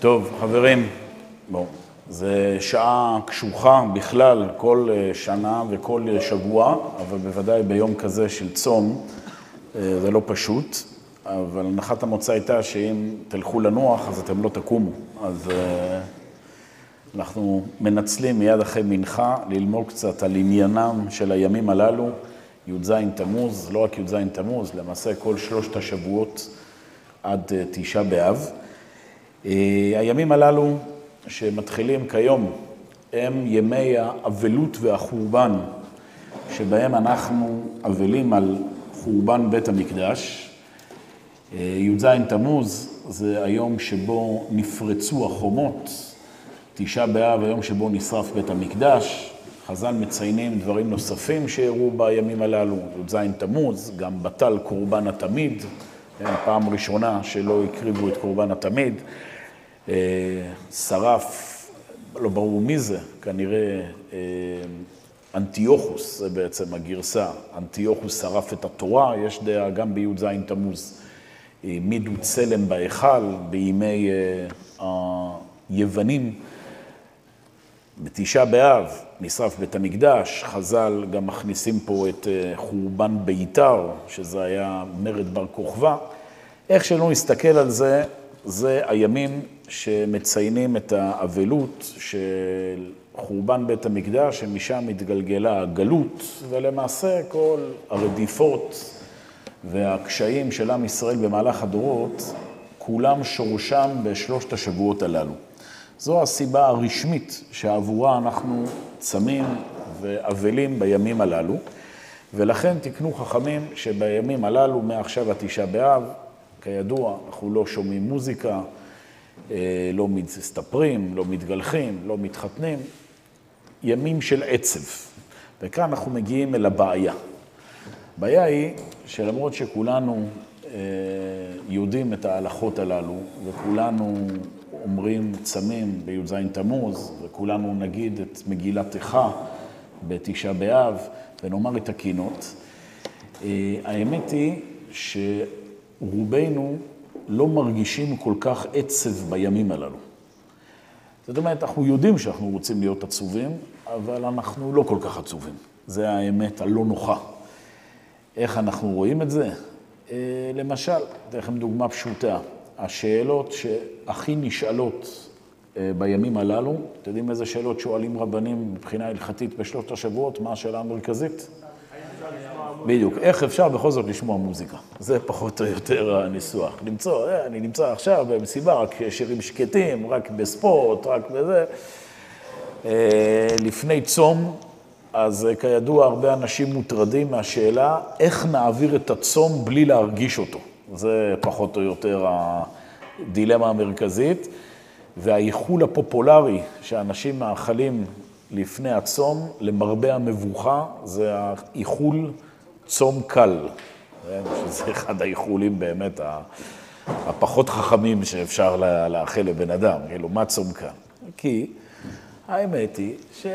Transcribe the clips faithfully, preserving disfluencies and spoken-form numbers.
טוב, חברים, בואו, זה שעה קשוחה בכלל כל שנה וכל שבוע, אבל בוודאי ביום כזה של צום זה לא פשוט, אבל הנחת המוצא הייתה שאם תלכו לנוח אז אתם לא תקומו, אז אנחנו מנצלים מיד אחרי מנחה ללמוד קצת על עניינם של הימים הללו, י"ז תמוז, לא רק י"ז תמוז, למעשה כל שלושת השבועות עד תשעה באב. הימים הללו שמתחילים כיום הם ימי האבלות והחורבן, שבהם אנחנו אבלים על חורבן בית המקדש. י"ז תמוז זה היום שבו נפרצו החומות, תשעה באב היום שבו נשרף בית המקדש. חז"ל מציינים דברים נוספים שאירעו בימים הללו, י"ז תמוז, גם בטל קורבן התמיד, פעם ראשונה שלא הקריבו את קורבן התמיד, שרף, לא ברור מי זה, כנראה אנטיוכוס, זה בעצם הגרסה, אנטיוכוס שרף את התורה, יש דעה גם בי"ז תמוז, העמידו צלם בהיכל בימי היוונים, בתשעה באב נשרף בית המקדש, חז"ל גם מכניסים פה את חורבן ביתר, שזה היה מרד בר כוכבא. איך שלא נסתכל על זה, זה הימים שמציינים את האבלות של חורבן בית המקדש, שמשם התגלגלה הגלות, ולמעשה כל הרדיפות והקשיים של עם ישראל במהלך הדורות, כולם שורשם בשלושת השבועות הללו. זו הסיבה הרשמית שעבורה אנחנו צמים ואבלים בימים הללו, ולכן תקנו חכמים שבימים הללו, מעכשיו התשעה באב, כידוע, אנחנו לא שומעים מוזיקה, לא מסתפרים, לא מתגלחים, לא מתחתנים, ימים של עצב. וכאן אנחנו מגיעים אל הבעיה. הבעיה היא שלמרות שכולנו יודעים את ההלכות הללו, וכולנו אומרים צמים בי"ז תמוז, וכולנו נגיד את מגילת איכה בתשעה באב, ונאמר את הקינות. האמת היא שרובנו לא מרגישים כל כך עצב בימים הללו. זאת אומרת, אנחנו יודעים שאנחנו רוצים להיות עצובים, אבל אנחנו לא כל כך עצובים. זה האמת הלא נוחה. איך אנחנו רואים את זה? למשל, אתן לכם דוגמה פשוטה. השאלות שהכי נשאלות בימים הללו, אתם יודעים איזה שאלות שואלים רבנים מבחינה הלכתית בשלושת השבועות? מה השאלה המרכזית? בדיוק, איך אפשר בכל זאת לשמוע מוזיקה? זה פחות או יותר הניסוח. למצוא, אני נמצא עכשיו במסיבה, רק שירים שקטים, רק בספורט, רק בזה. לפני צום, אז כידוע הרבה אנשים מוטרדים מהשאלה, איך נעביר את הצום בלי להרגיש אותו? זה פחות או יותר הדילמה המרכזית. והאיחול הפופולרי שאנשים מאכלים לפני הצום, למרבה המבוכה, זה האיחול צום קל. שזה אחד האיחולים באמת הפחות חכמים שאפשר לאכול לבן אדם. כאילו, מה צום קל? כי האמת היא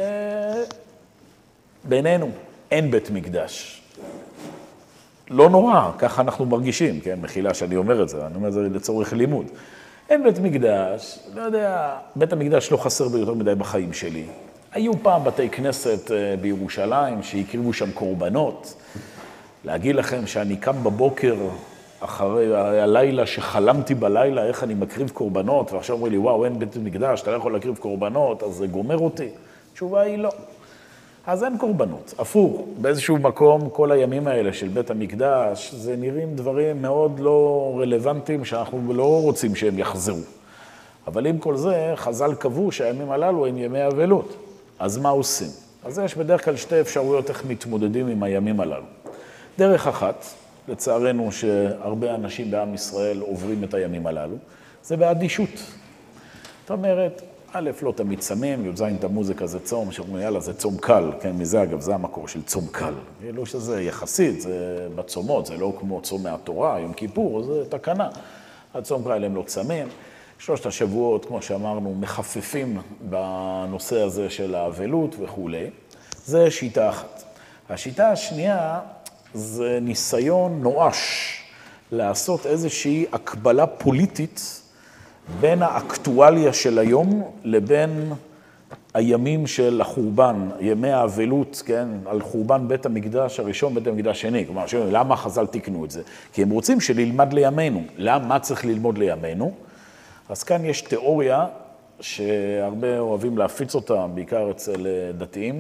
שבינינו אין בית מקדש. לא נורא, ככה אנחנו מרגישים, כן? מחילה שאני אומר את זה, אני אומר את זה לצורך לימוד. אין בית מקדש, לא יודע, בית המקדש לא חסר ביותר מדי בחיים שלי. היו פעם בתי כנסת בירושלים שהקריבו שם קורבנות. להגיד לכם שאני קם בבוקר אחרי הלילה שחלמתי בלילה איך אני מקריב קורבנות, ועכשיו אומרים לי, וואו, אין בית מקדש, אתה לא יכול להקריב קורבנות, אז זה גומר אותי. התשובה היא לא. אז אין קורבנות. הפוך, באיזשהו מקום, כל הימים האלה של בית המקדש, זה נראים דברים מאוד לא רלוונטיים, שאנחנו לא רוצים שהם יחזרו. אבל עם כל זה, חז"ל קבעו שהימים הללו הם ימי אבלות. אז מה עושים? אז יש בדרך כלל שתי אפשרויות איך מתמודדים עם הימים הללו. דרך אחת, לצערנו שהרבה אנשים בעם ישראל עוברים את הימים הללו, זה באדישות. זאת אומרת, א', לא תמיד צמים, י"ז תמוז זה כזה צום, שאומרים, יאללה, זה צום קל, כן, מזה אגב, זה המקור של צום קל. לא שזה יחסית, זה בצומות, זה לא כמו צום מהתורה, יום כיפור, זה תקנה. הצום קל הם לא צמים. שלושת השבועות, כמו שאמרנו, מחפפים בנושא הזה של האבלות וכו'. זה שיטה אחת. השיטה השנייה זה ניסיון נואש לעשות איזושהי הקבלה פוליטית בין האקטואליה של היום לבין הימים של החורבן, ימי האבלות, כן, על חורבן בית המקדש הראשון, בית המקדש השני. כלומר, למה חז"ל תיקנו את זה? כי הם רוצים שנלמד לימינו. למה? מה צריך ללמוד לימינו? אז כאן יש תיאוריה שהרבה אוהבים להפיץ אותה, בעיקר אצל דתיים,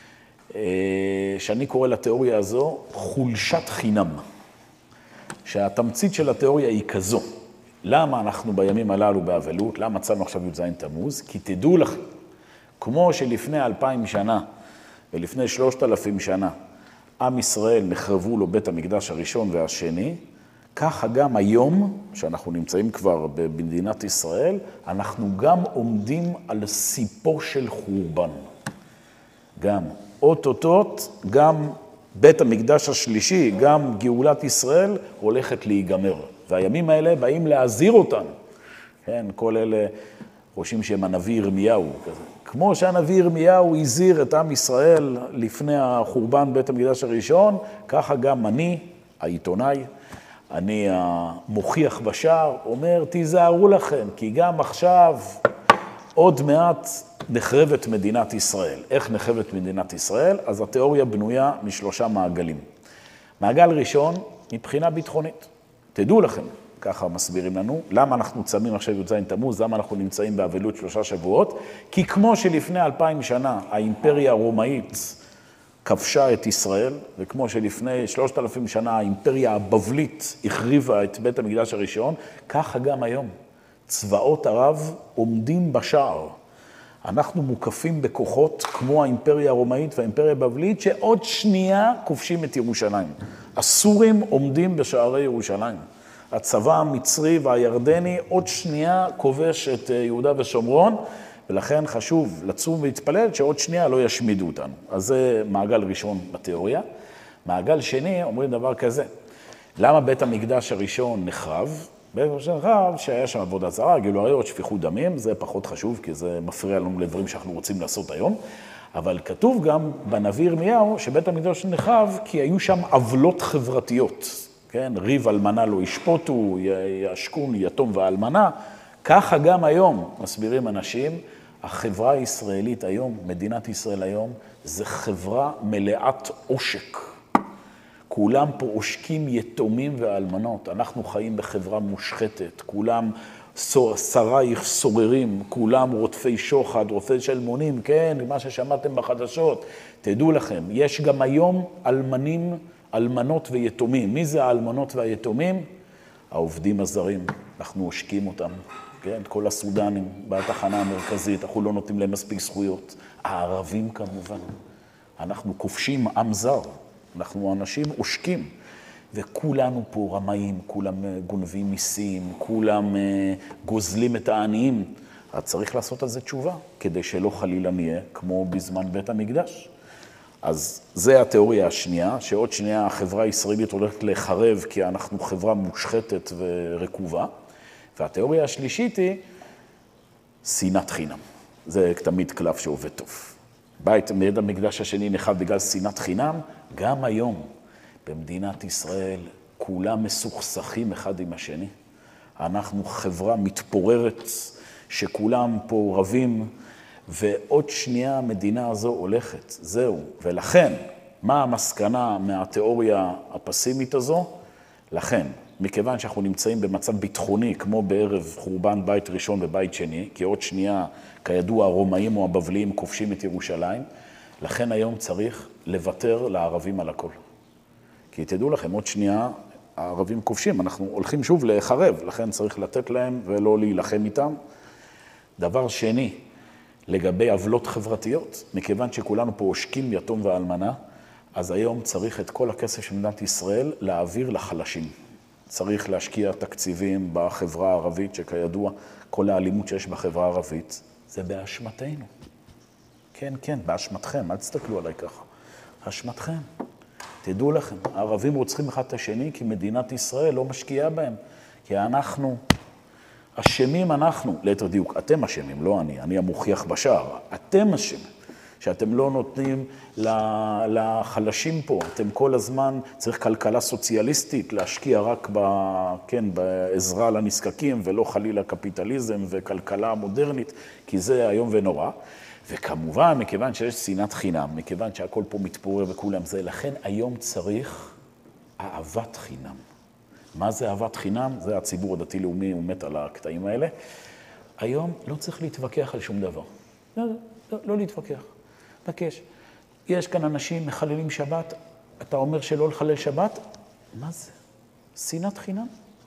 שאני קורא לתיאוריה הזו חולשת חינם. שהתמצית של התיאוריה היא כזו. למה אנחנו בימים הללו באבלות? למה מצאנו עכשיו י"ז תמוז? כי תדעו לכם, כמו שלפני אלפיים שנה ולפני שלושת אלפים שנה, עם ישראל נחרבו לו בית המקדש הראשון והשני, ככה גם היום, שאנחנו נמצאים כבר במדינת ישראל, אנחנו גם עומדים על סיפו של חורבן. גם אוטוטוט, גם בית המקדש השלישי, גם גאולת ישראל, הולכת להיגמר. והימים האלה באים להזהיר אותנו. כן, כל אלה חושבים שהם הנביא ירמיהו. כזה. כמו שהנביא ירמיהו הזהיר את עם ישראל לפני החורבן בית המקדש הראשון, ככה גם אני, העיתונאי, אני המוכיח בשער, אומר, תיזהרו לכם, כי גם עכשיו עוד מעט נחרבת מדינת ישראל. איך נחרבת מדינת ישראל? אז התיאוריה בנויה משלושה מעגלים. מעגל ראשון, מבחינה ביטחונית. תדעו לכם, ככה מסבירים לנו, למה אנחנו צמים עכשיו י"ז תמוז, למה אנחנו נמצאים באבלות שלושה שבועות, כי כמו שלפני אלפיים שנה האימפריה הרומאית כבשה את ישראל, וכמו שלפני שלושת אלפים שנה האימפריה הבבלית החריבה את בית המקדש הראשון, ככה גם היום. צבאות ערב עומדים בשער. אנחנו מוקפים בכוחות כמו האימפריה הרומאית והאימפריה הבבלית, שעוד שנייה כובשים את ירושלים. הסורים עומדים בשערי ירושלים. הצבא המצרי והירדני עוד שנייה כובש את יהודה ושומרון, ולכן חשוב לצום ולהתפלל שעוד שנייה לא ישמידו אותנו. אז זה מעגל ראשון בתיאוריה. מעגל שני, אומרים דבר כזה. למה בית המקדש הראשון נחרב? בית המקדש נחרב שהיה שם עבודה זרה, גילוי עריות, שפיכות דמים, זה פחות חשוב, כי זה מפריע לנו לדברים שאנחנו רוצים לעשות היום. אבל כתוב גם בנביא ירמיהו שבית המקדש נחרב כי היו שם עוולות חברתיות. כן, ריב אלמנה לא ישפוטו, ישכון יתום ואלמנה. ככה גם היום מסבירים אנשים, החברה הישראלית היום, מדינת ישראל היום, זה חברה מלאת עושק. כולם פה עושקים יתומים ואלמנות. אנחנו חיים בחברה מושחתת, כולם שרייך סוררים, כולם רודפי שוחד, רודפי שלמונים, כן, מה ששמעתם בחדשות. תדעו לכם, יש גם היום אלמנים, אלמנות ויתומים. מי זה האלמנות והיתומים? העובדים הזרים, אנחנו עושקים אותם. כן, את כל הסודנים בתחנה המרכזית, אנחנו לא נותנים להם מספיק זכויות. הערבים כמובן, אנחנו כובשים עם זר, אנחנו אנשים עושקים, וכולנו פה רמאים, כולם גונבים מיסים, כולם גוזלים את העניים. אז צריך לעשות על זה תשובה, כדי שלא חלילה נהיה כמו בזמן בית המקדש. אז זה התיאוריה השנייה, שעוד שנייה החברה הישראלית הולכת לחרב, כי אנחנו חברה מושחתת ורקובה. והתיאוריה השלישית היא שנאת חינם. זה תמיד קלף שעובד טוב. בית בית המקדש השני נחרב בגלל שנאת חינם, גם היום במדינת ישראל כולם מסוכסכים אחד עם השני. אנחנו חברה מתפוררת שכולם פה רבים, ועוד שנייה המדינה הזו הולכת. זהו. ולכן, מה המסקנה מהתיאוריה הפסימית הזו? לכן, מכיוון שאנחנו נמצאים במצב ביטחוני, כמו בערב חורבן בית ראשון ובית שני, כי עוד שנייה, כידוע, הרומאים או הבבליים כובשים את ירושלים, לכן היום צריך לוותר לערבים על הכל. כי תדעו לכם, עוד שנייה הערבים כובשים, אנחנו הולכים שוב לחרב, לכן צריך לתת להם ולא להילחם איתם. דבר שני, לגבי עוולות חברתיות, מכיוון שכולנו פה עושקים יתום ואלמנה, אז היום צריך את כל הכסף של מדינת ישראל להעביר לחלשים. צריך להשקיע תקציבים בחברה הערבית, שכידוע כל האלימות שיש בחברה הערבית, זה באשמתנו. כן, כן, באשמתכם, אל תסתכלו עליי ככה. אשמתכם. תדעו לכם, הערבים רוצחים אחד את השני, כי מדינת ישראל לא משקיעה בהם. כי אנחנו, אשמים אנחנו, ליתר דיוק, אתם אשמים, לא אני, אני המוכיח בשער, אתם אשמים, שאתם לא נותנים לחלשים פה, אתם כל הזמן צריך כלכלה סוציאליסטית, להשקיע רק ב, כן, בעזרה לנזקקים, ולא חלילה קפיטליזם וכלכלה מודרנית, כי זה היום ונורא. וכמובן, מכיוון שיש שנאת חינם, מכיוון שהכל פה מתפורר וכולם זה, לכן היום צריך אהבת חינם. מה זה אהבת חינם? זה הציבור הדתי-לאומי, הוא מת על הקטעים האלה. היום לא צריך להתווכח על שום דבר. לא, לא, לא להתווכח. בקש. יש כאן אנשים מחללים שבת, אתה אומר שלא לחלל שבת? מה זה? שנאת חינם?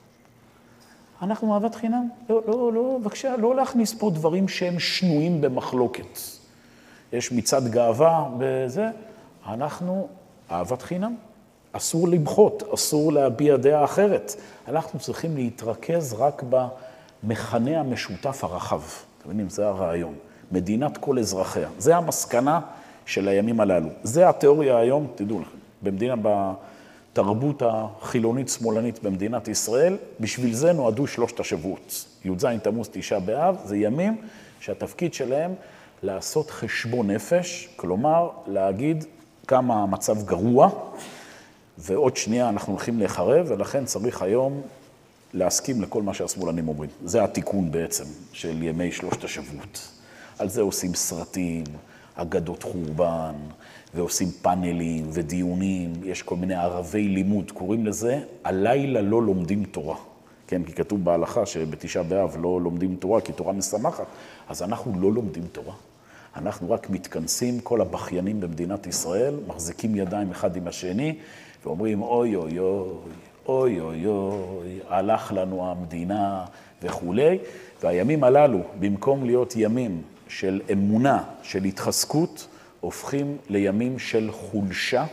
אנחנו אהבת חינם? לא, לא, לא, בבקשה, לא להכניס פה דברים שהם שנויים במחלוקת. יש מצד גאווה בזה, אנחנו אהבת חינם. אסור למחות, אסור להביע דעה אחרת. אנחנו צריכים להתרכז רק במכנה המשותף הרחב. אתם מבינים, זה הרעיון. מדינת כל אזרחיה. זה המסקנה של הימים הללו. זה התיאוריה היום, תדעו לכם, במדינה, בתרבות החילונית-שמאלנית במדינת ישראל, בשביל זה נועדו שלושת השבועות. י"ז תמוז תשעה באב, זה ימים שהתפקיד שלהם לעשות חשבון נפש, כלומר, להגיד כמה המצב גרוע, ועוד שנייה אנחנו הולכים להיחרב, ולכן צריך היום להסכים לכל מה שהשמאלנים אומרים. זה התיקון בעצם של ימי שלושת השבועות. על זה עושים סרטים, אגדות חורבן, ועושים פאנלים ודיונים, יש כל מיני ערבי לימוד, קוראים לזה, הלילה לא לומדים תורה. כן, כי כתוב בהלכה שבתשעה באב לא לומדים תורה, כי תורה משמחת, אז אנחנו לא לומדים תורה. אנחנו רק מתכנסים, כל הבחיינים במדינת ישראל, מחזיקים ידיים אחד עם השני, ואומרים, אוי אוי אוי, אוי אוי אוי, הלך לנו המדינה וכולי. והימים הללו, במקום להיות ימים של אמונה, של התחזקות, הופכים לימים של חולשה,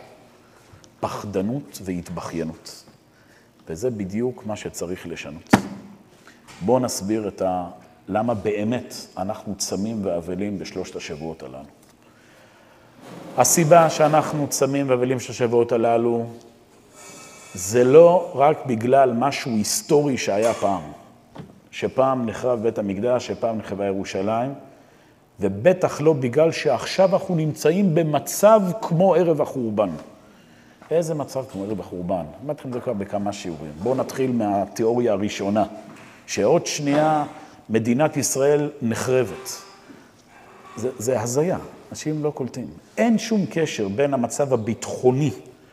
פחדנות והתבחיינות. וזה בדיוק מה שצריך לשנות. בואו נסביר את ה... למה באמת אנחנו צמים ואבלים בשלושת השבועות הללו. הסיבה שאנחנו צמים ואבלים בשלושת השבועות הללו, זה לא רק בגלל משהו היסטורי שהיה פעם, שפעם נחרב בית המקדש, שפעם נחרבה ירושלים, ובטח לא בגלל שעכשיו אנחנו נמצאים במצב כמו ערב החורבן. איזה מצב כמו ערב החורבן? אמרתי לכם זה כבר בכמה שיעורים. בואו נתחיל מהתיאוריה הראשונה, שעוד שנייה מדינת ישראל נחרבת. זה, זה הזיה, אנשים לא קולטים. אין שום קשר בין המצב הביטחוני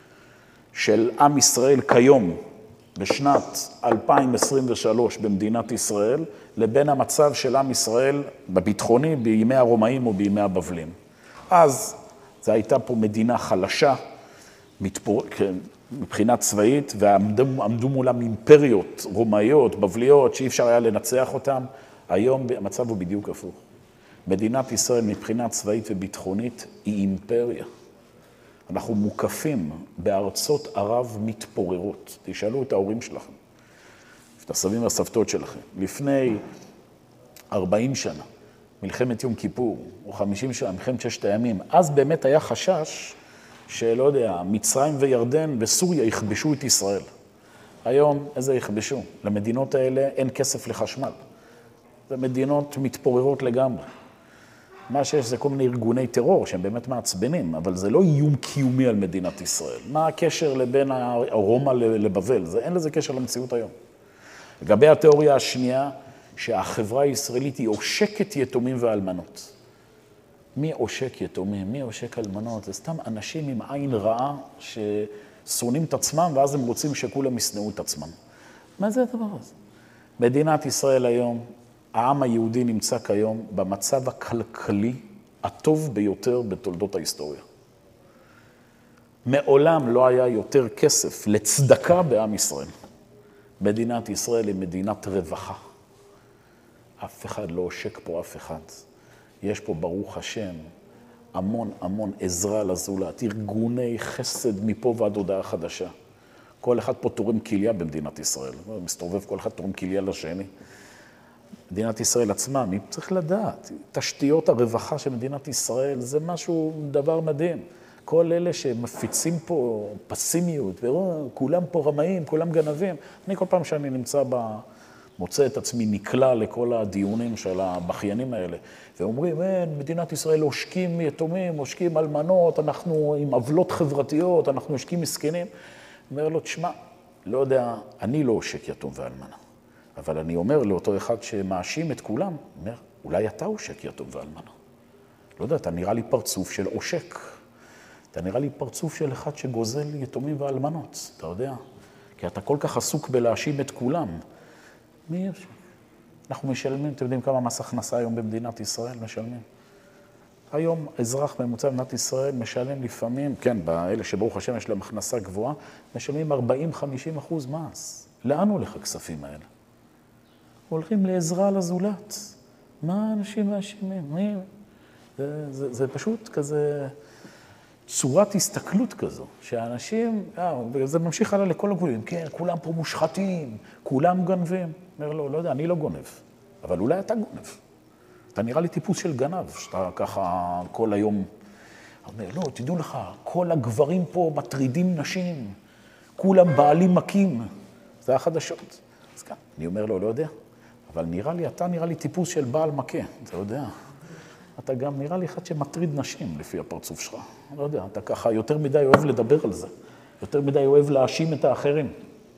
של עם ישראל כיום, בשנת אלפיים עשרים ושלוש במדינת ישראל, לבין המצב של עם ישראל בביטחוני בימי הרומאים או בימי הבבלים. אז זו הייתה פה מדינה חלשה, מתפור... מבחינה צבאית, ועמדו מולם אימפריות רומאיות, בבליות, שאי אפשר היה לנצח אותם. היום המצב הוא בדיוק הפוך. מדינת ישראל מבחינה צבאית וביטחונית היא אימפריה. אנחנו מוקפים בארצות ערב מתפוררות. תשאלו את ההורים שלכם, את הסבים והסבתות שלכם. לפני ארבעים שנה, מלחמת יום כיפור, או חמישים שנה, מלחמת ששת הימים, אז באמת היה חשש שלא יודע, מצרים וירדן וסוריה יכבשו את ישראל. היום, איזה יכבשו? למדינות האלה אין כסף לחשמל. זה מדינות מתפוררות לגמרי. מה שיש זה כל מיני ארגוני טרור שהם באמת מעצבנים, אבל זה לא איום קיומי על מדינת ישראל. מה הקשר לבין הרומא לבבל? זה, אין לזה קשר למציאות היום. לגבי התיאוריה השנייה, שהחברה הישראלית היא עושקת יתומים ואלמנות. מי עושק יתומים? מי עושק אלמנות? זה סתם אנשים עם עין רעה ששונאים את עצמם, ואז הם רוצים שכולם ישנאו את עצמם. מה זה הדבר הזה? מדינת ישראל היום, העם היהודי נמצא כיום במצב הכלכלי הטוב ביותר בתולדות ההיסטוריה. מעולם לא היה יותר כסף לצדקה בעם ישראל. מדינת ישראל היא מדינת רווחה. אף אחד לא עושק פה אף אחד. יש פה ברוך השם המון המון עזרה לזולת, ארגוני חסד מפה ועד הודעה חדשה. כל אחד פה תורם כליה במדינת ישראל. מסתובב כל אחד תורם כליה לשני. מדינת ישראל עצמה, מי צריך לדעת? תשתיות הרווחה של מדינת ישראל זה משהו, דבר מדהים. כל אלה שמפיצים פה פסימיות, וכולם פה רמאים, כולם גנבים. אני כל פעם שאני נמצא מוצא את עצמי נקלע לכל הדיונים של הבחיינים האלה, ואומרים, אין, מדינת ישראל עושקים יתומים, עושקים אלמנות, אנחנו עם עוולות חברתיות, אנחנו עושקים מסכנים. אומר לו, תשמע, לא יודע, אני לא עושק יתום ואלמנה, אבל אני אומר לאותו אחד שמאשים את כולם, אומר, אולי אתה עושק יתום ואלמנה. לא יודע, אתה נראה לי פרצוף של עושק. אתה נראה לי פרצוף של אחד שגוזל יתומים ואלמנות, אתה יודע? כי אתה כל כך עסוק בלהאשים את כולם. מי יש? אנחנו משלמים, אתם יודעים כמה מס הכנסה היום במדינת ישראל משלמים? היום אזרח ממוצע במדינת ישראל משלם לפעמים, כן, באלה שברוך השם יש להם הכנסה גבוהה, משלמים ארבעים חמישים אחוז מס. לאן הולך הכספים האלה? הולכים לעזרה לזולת. מה אנשים מאשימים? מי? זה, זה, זה פשוט כזה צורת הסתכלות כזו, שהאנשים, אה, זה ממשיך הלאה לכל הגבולים, כן, כולם פה מושחתים, כולם גנבים. אומר לו, לא יודע, אני לא גונב, אבל אולי אתה גונב. אתה נראה לי טיפוס של גנב, שאתה ככה כל היום אומר, לא, תדעו לך, כל הגברים פה מטרידים נשים, כולם בעלים מכים, זה החדשות. אז כאן, אני אומר לו, לא יודע, אבל נראה לי, אתה נראה לי טיפוס של בעל מכה, אתה יודע. אתה גם נראה לי אחד שמטריד נשים לפי הפרצוף שלך. לא יודע, אתה ככה יותר מדי אוהב לדבר על זה, יותר מדי אוהב להאשים את האחרים.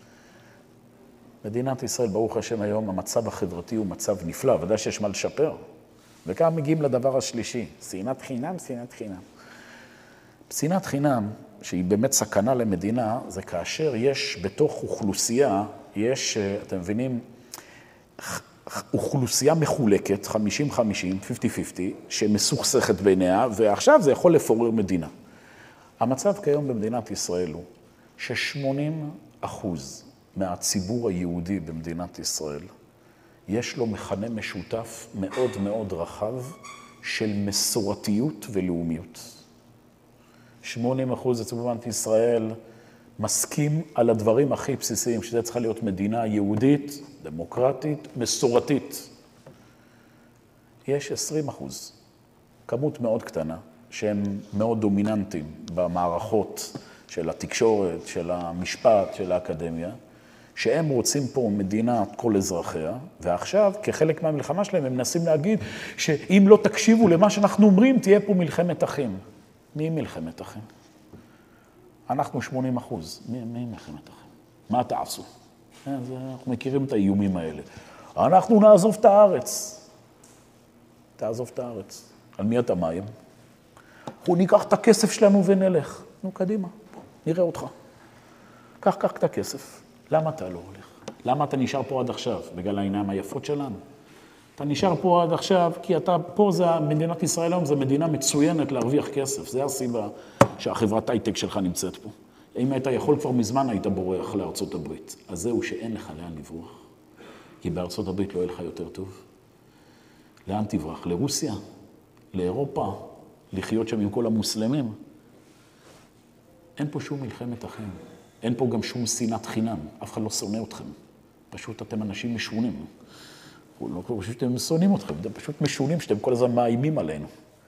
מדינת ישראל, ברוך השם היום, המצב החברתי הוא מצב נפלא, ודאי שיש מה לשפר. וכאן מגיעים לדבר השלישי, שנאת חינם, שנאת חינם. שנאת חינם, שהיא באמת סכנה למדינה, זה כאשר יש בתוך אוכלוסייה, יש, אתם מבינים, אוכלוסייה מחולקת, חמישים חמישים, חמישים חמישים, שמסוכסכת בינייה, ועכשיו זה יכול לפורר מדינה. המצב כיום במדינת ישראל הוא ש-שמונים אחוז מהציבור היהודי במדינת ישראל, יש לו מכנה משותף מאוד מאוד רחב של מסורתיות ולאומיות. שמונים אחוז הציבור במדינת ישראל מסכים על הדברים הכי בסיסיים, שזה צריכה להיות מדינה יהודית, דמוקרטית, מסורתית. יש עשרים אחוז, כמות מאוד קטנה, שהם מאוד דומיננטיים במערכות של התקשורת, של המשפט, של האקדמיה, שהם רוצים פה מדינת כל אזרחיה, ועכשיו, כחלק מהמלחמה שלהם, הם מנסים להגיד שאם לא תקשיבו למה שאנחנו אומרים, תהיה פה מלחמת אחים. מי מלחמת אחים? אנחנו שמונים אחוז. מי, מי מלחמת אחים? מה תעשו? אנחנו מכירים את האיומים האלה. אנחנו נעזוב את הארץ. תעזוב את הארץ. על מי אתה מאיים? אנחנו ניקח את הכסף שלנו ונלך. נו, קדימה, נראה אותך. קח, קח את הכסף. למה אתה לא הולך? למה אתה נשאר פה עד עכשיו? בגלל העיניים היפות שלנו. אתה נשאר פה עד עכשיו, כי אתה פה, זה, מדינת ישראל היום, זו מדינה מצוינת להרוויח כסף. זה הסיבה שהחברת הייטק שלך נמצאת פה. אם היית יכול כבר מזמן, היית בורח לארצות הברית. אז זהו שאין לך לאן לברוח. כי בארצות הברית לא יהיה לך יותר טוב. לאן תברח? לרוסיה? לאירופה? לחיות שם עם כל המוסלמים? אין פה שום מלחמת אחים. אין פה גם שום שנאת חינם. אף אחד לא שונא אתכם. פשוט אתם אנשים משונים. לא פשוט אתם שונאים אתכם, אתם פשוט משונים שאתם כל הזמן מאיימים עלינו.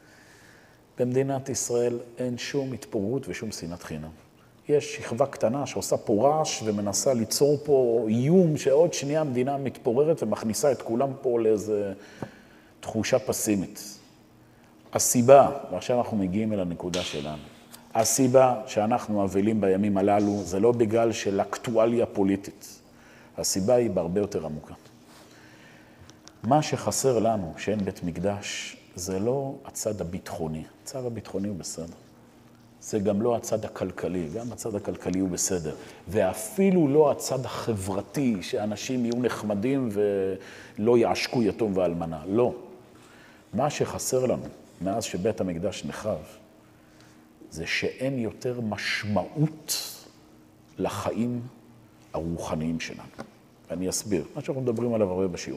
במדינת ישראל אין שום התפוררות ושום שנאת חינם. יש שכבה קטנה שעושה פה רעש ומנסה ליצור פה איום שעוד שנייה המדינה מתפוררת ומכניסה את כולם פה לאיזו תחושה פסימית. הסיבה, ועכשיו אנחנו מגיעים אל הנקודה שלנו, הסיבה שאנחנו אבלים בימים הללו זה לא בגלל של אקטואליה פוליטית. הסיבה היא בהרבה יותר עמוקה. מה שחסר לנו שאין בית מקדש זה לא הצד הביטחוני. הצד הביטחוני הוא בסדר. זה גם לא הצד הכלכלי, גם הצד הכלכלי הוא בסדר. ואפילו לא הצד החברתי, שאנשים יהיו נחמדים ולא יעשקו יתום ואלמנה. לא. מה שחסר לנו מאז שבית המקדש נחרב, זה שאין יותר משמעות לחיים הרוחניים שלנו. אני אסביר, מה שאנחנו מדברים עליו הרבה בשיעור.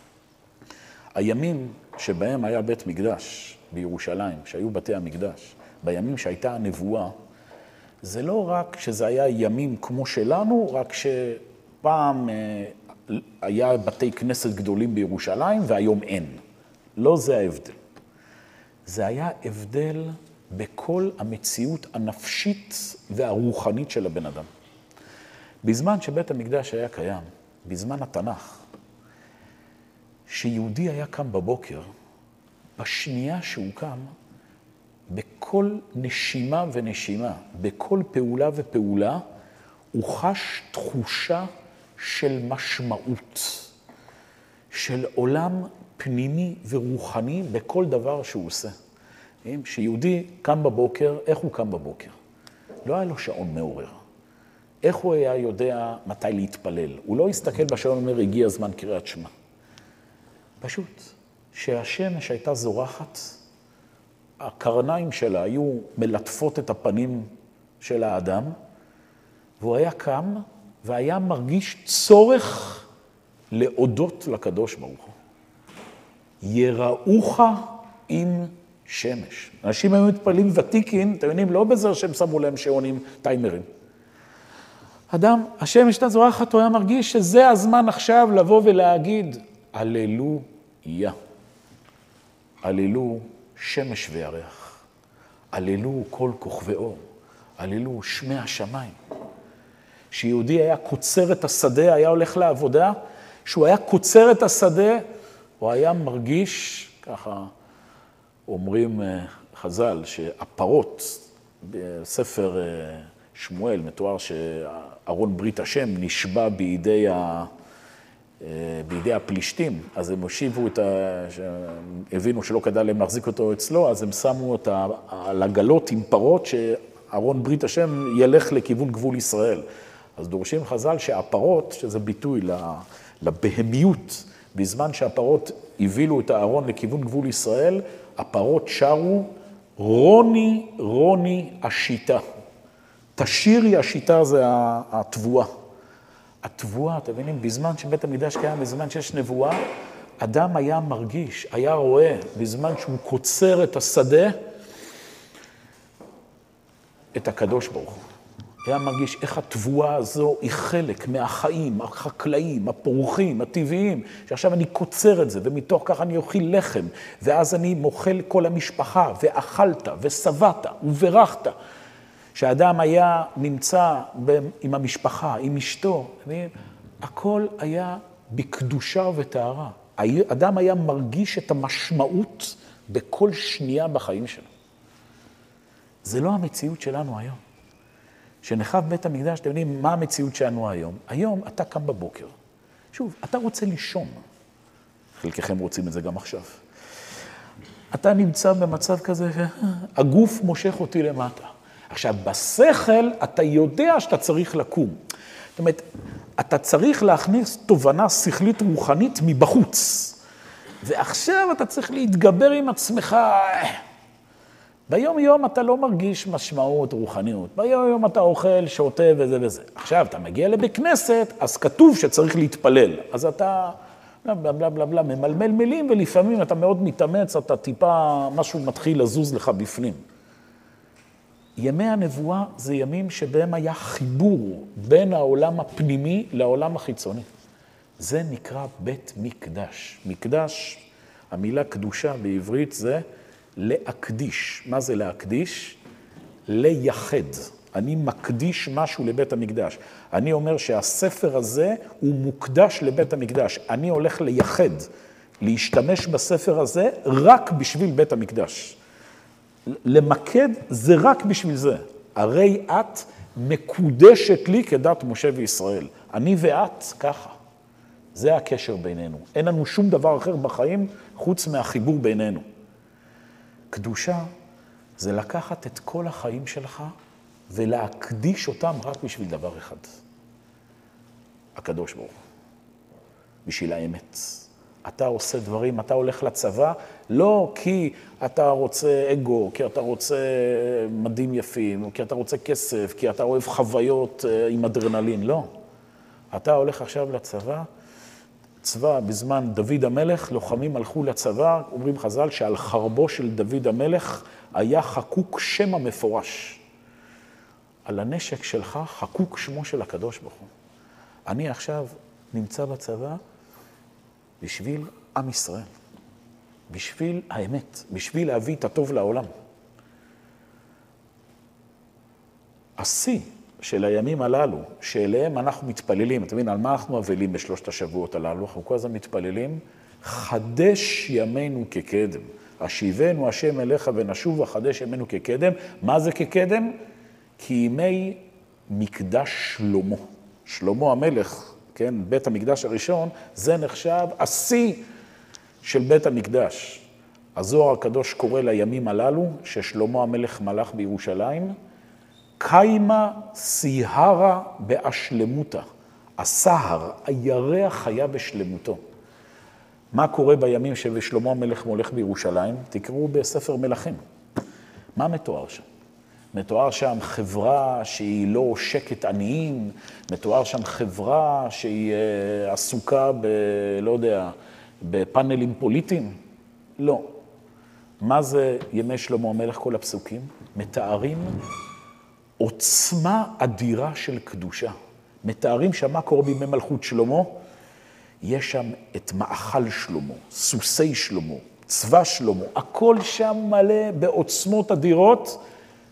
הימים שבהם היה בית מקדש בירושלים, שהיו בתי המקדש, בימים שהייתה הנבואה, זה לא רק שזה היה ימים כמו שלנו, רק שפעם היה בתי כנסת גדולים בירושלים והיום אין. לא זה ההבדל. זה היה הבדל בכל המציאות הנפשית והרוחנית של הבן אדם. בזמן שבית המקדש היה קיים, בזמן התנ"ך, כשיהודי היה קם בבוקר, בשנייה שהוא קם, בכל נשימה ונשימה, בכל פעולה ופעולה, הוא חש תחושה של משמעות, של עולם פנימי ורוחני בכל דבר שהוא עושה. כשיהודי קם בבוקר, איך הוא קם בבוקר? לא היה לו שעון מעורר. איך הוא היה יודע מתי להתפלל? הוא לא הסתכל בשעון ואומר, הגיע הזמן קריאת שמע. פשוט, שהשמש הייתה זורחת, הקרניים שלה היו מלטפות את הפנים של האדם, והוא היה קם והיה מרגיש צורך להודות לקדוש ברוך הוא. יראוך עם שמש. אנשים היו מתפעלים ותיקים, אתם יודעים, לא בזה שהם שמו להם שעונים טיימרים. אדם, השמש הייתה זורחת, הוא היה מרגיש שזה הזמן עכשיו לבוא ולהגיד, הללויה. הללו שמש וירח. הללו כל כוכבי אור. הללו שמי השמיים. כשיהודי היה קוצר את השדה, היה הולך לעבודה, כשהוא היה קוצר את השדה, הוא היה מרגיש, ככה אומרים חז"ל, שהפרות בספר שמואל, מתואר שארון ברית השם נשבע בידי, ה... בידי הפלישתים, אז הם הושיבו את ה... הבינו שלא כדאי להם להחזיק אותו אצלו, אז הם שמו את ה... על הגלות עם פרות שארון ברית השם ילך לכיוון גבול ישראל. אז דורשים חז"ל שהפרות, שזה ביטוי לבהמיות, בזמן שהפרות הבילו את הארון לכיוון גבול ישראל, הפרות שרו, רוני, רוני השיטה. תשירי השיטה זה התבואה. התבואה, אתם מבינים, בזמן שבית המקדש קיים, בזמן שיש נבואה, אדם היה מרגיש, היה רואה, בזמן שהוא קוצר את השדה, את הקדוש ברוך הוא. היה מרגיש איך התבואה הזו היא חלק מהחיים, החקלאים, הפורחים, הטבעיים, שעכשיו אני קוצר את זה, ומתוך כך אני אוכל לחם, ואז אני מוכל כל המשפחה, ואכלת, ושבעת, וברכת. שהאדם היה נמצא עם המשפחה, עם אשתו, הכל היה בקדושה וטהרה. האדם היה מרגיש את המשמעות בכל שנייה בחיים שלו. זה לא המציאות שלנו היום. שנחב בית המקדש, אתם יודעים מה המציאות שלנו היום? היום אתה קם בבוקר. שוב, אתה רוצה לישון. חלקכם רוצים את זה גם עכשיו. אתה נמצא במצב כזה, הגוף מושך אותי למטה. עכשיו, בשכל אתה יודע שאתה צריך לקום. זאת אומרת, אתה צריך להכניס תובנה שכלית רוחנית מבחוץ. ועכשיו אתה צריך להתגבר עם עצמך. ביום יום אתה לא מרגיש משמעות רוחניות. ביום יום אתה אוכל, שותה וזה וזה. עכשיו, אתה מגיע לבית כנסת, אז כתוב שצריך להתפלל. אז אתה בלה בלה בלה בלה, ממלמל מילים, ולפעמים אתה מאוד מתאמץ, אתה טיפה, משהו מתחיל לזוז לך בפנים. ימי הנבואה זה ימים שבהם היה חיבור בין העולם הפנימי לעולם החיצוני. זה נקרא בית מקדש. מקדש, המילה קדושה בעברית זה להקדיש. מה זה להקדיש? לייחד. אני מקדיש משהו לבית המקדש. אני אומר שהספר הזה הוא מוקדש לבית המקדש. אני הולך לייחד, להשתמש בספר הזה רק בשביל בית המקדש. למקד זה רק בשביל זה. הרי את מקודשת לי כדת משה וישראל. אני ואת ככה. זה הקשר בינינו. אין לנו שום דבר אחר בחיים חוץ מהחיבור בינינו. קדושה זה לקחת את כל החיים שלך ולהקדיש אותם רק בשביל דבר אחד. הקדוש ברוך הוא. בשביל האמת. אתה עושה דברים, אתה הולך לצבא, לא כי אתה רוצה אגו, כי אתה רוצה מדים יפים, כי אתה רוצה כסף, כי אתה אוהב חוויות עם אדרנלין, לא. אתה הולך עכשיו לצבא, צבא בזמן דוד המלך, לוחמים הלכו לצבא, אומרים חז"ל שעל חרבו של דוד המלך היה חקוק שם המפורש. על הנשק שלך חקוק שמו של הקדוש ברוך הוא. אני עכשיו נמצא בצבא, בשביל עם ישראל, בשביל האמת, בשביל להביא את הטוב לעולם. השיא של הימים הללו, שאליהם אנחנו מתפללים, אתם מבינים, על מה אנחנו אבלים בשלושת השבועות הללו? אנחנו כל הזמן מתפללים חדש ימינו כקדם. השיבנו השם אליך ונשוב וחדש ימינו כקדם. מה זה כקדם? כי ימי מקדש שלמה. שלמה המלך, כן, בית המקדש הראשון, זה נחשב השיא של בית המקדש. הזוהר הקדוש קורא לימים הללו, ששלמה המלך מלך בירושלים, קיימה סיהרה באשלמותה. הסהר, הירח היה בשלמותו. מה קורה בימים ששלמה המלך מולך בירושלים? תקראו בספר מלכים. מה מתואר שם? מתואר שם חברה שהיא לא עושקת עניים, מתואר שם חברה שהיא עסוקה ב... לא יודע, בפאנלים פוליטיים? לא. מה זה ימי שלמה המלך כל הפסוקים? מתארים עוצמה אדירה של קדושה. מתארים שם מה קורה בימי מלכות שלמה? יש שם את מאכל שלמה, סוסי שלמה, צבא שלמה, הכל שם מלא בעוצמות אדירות,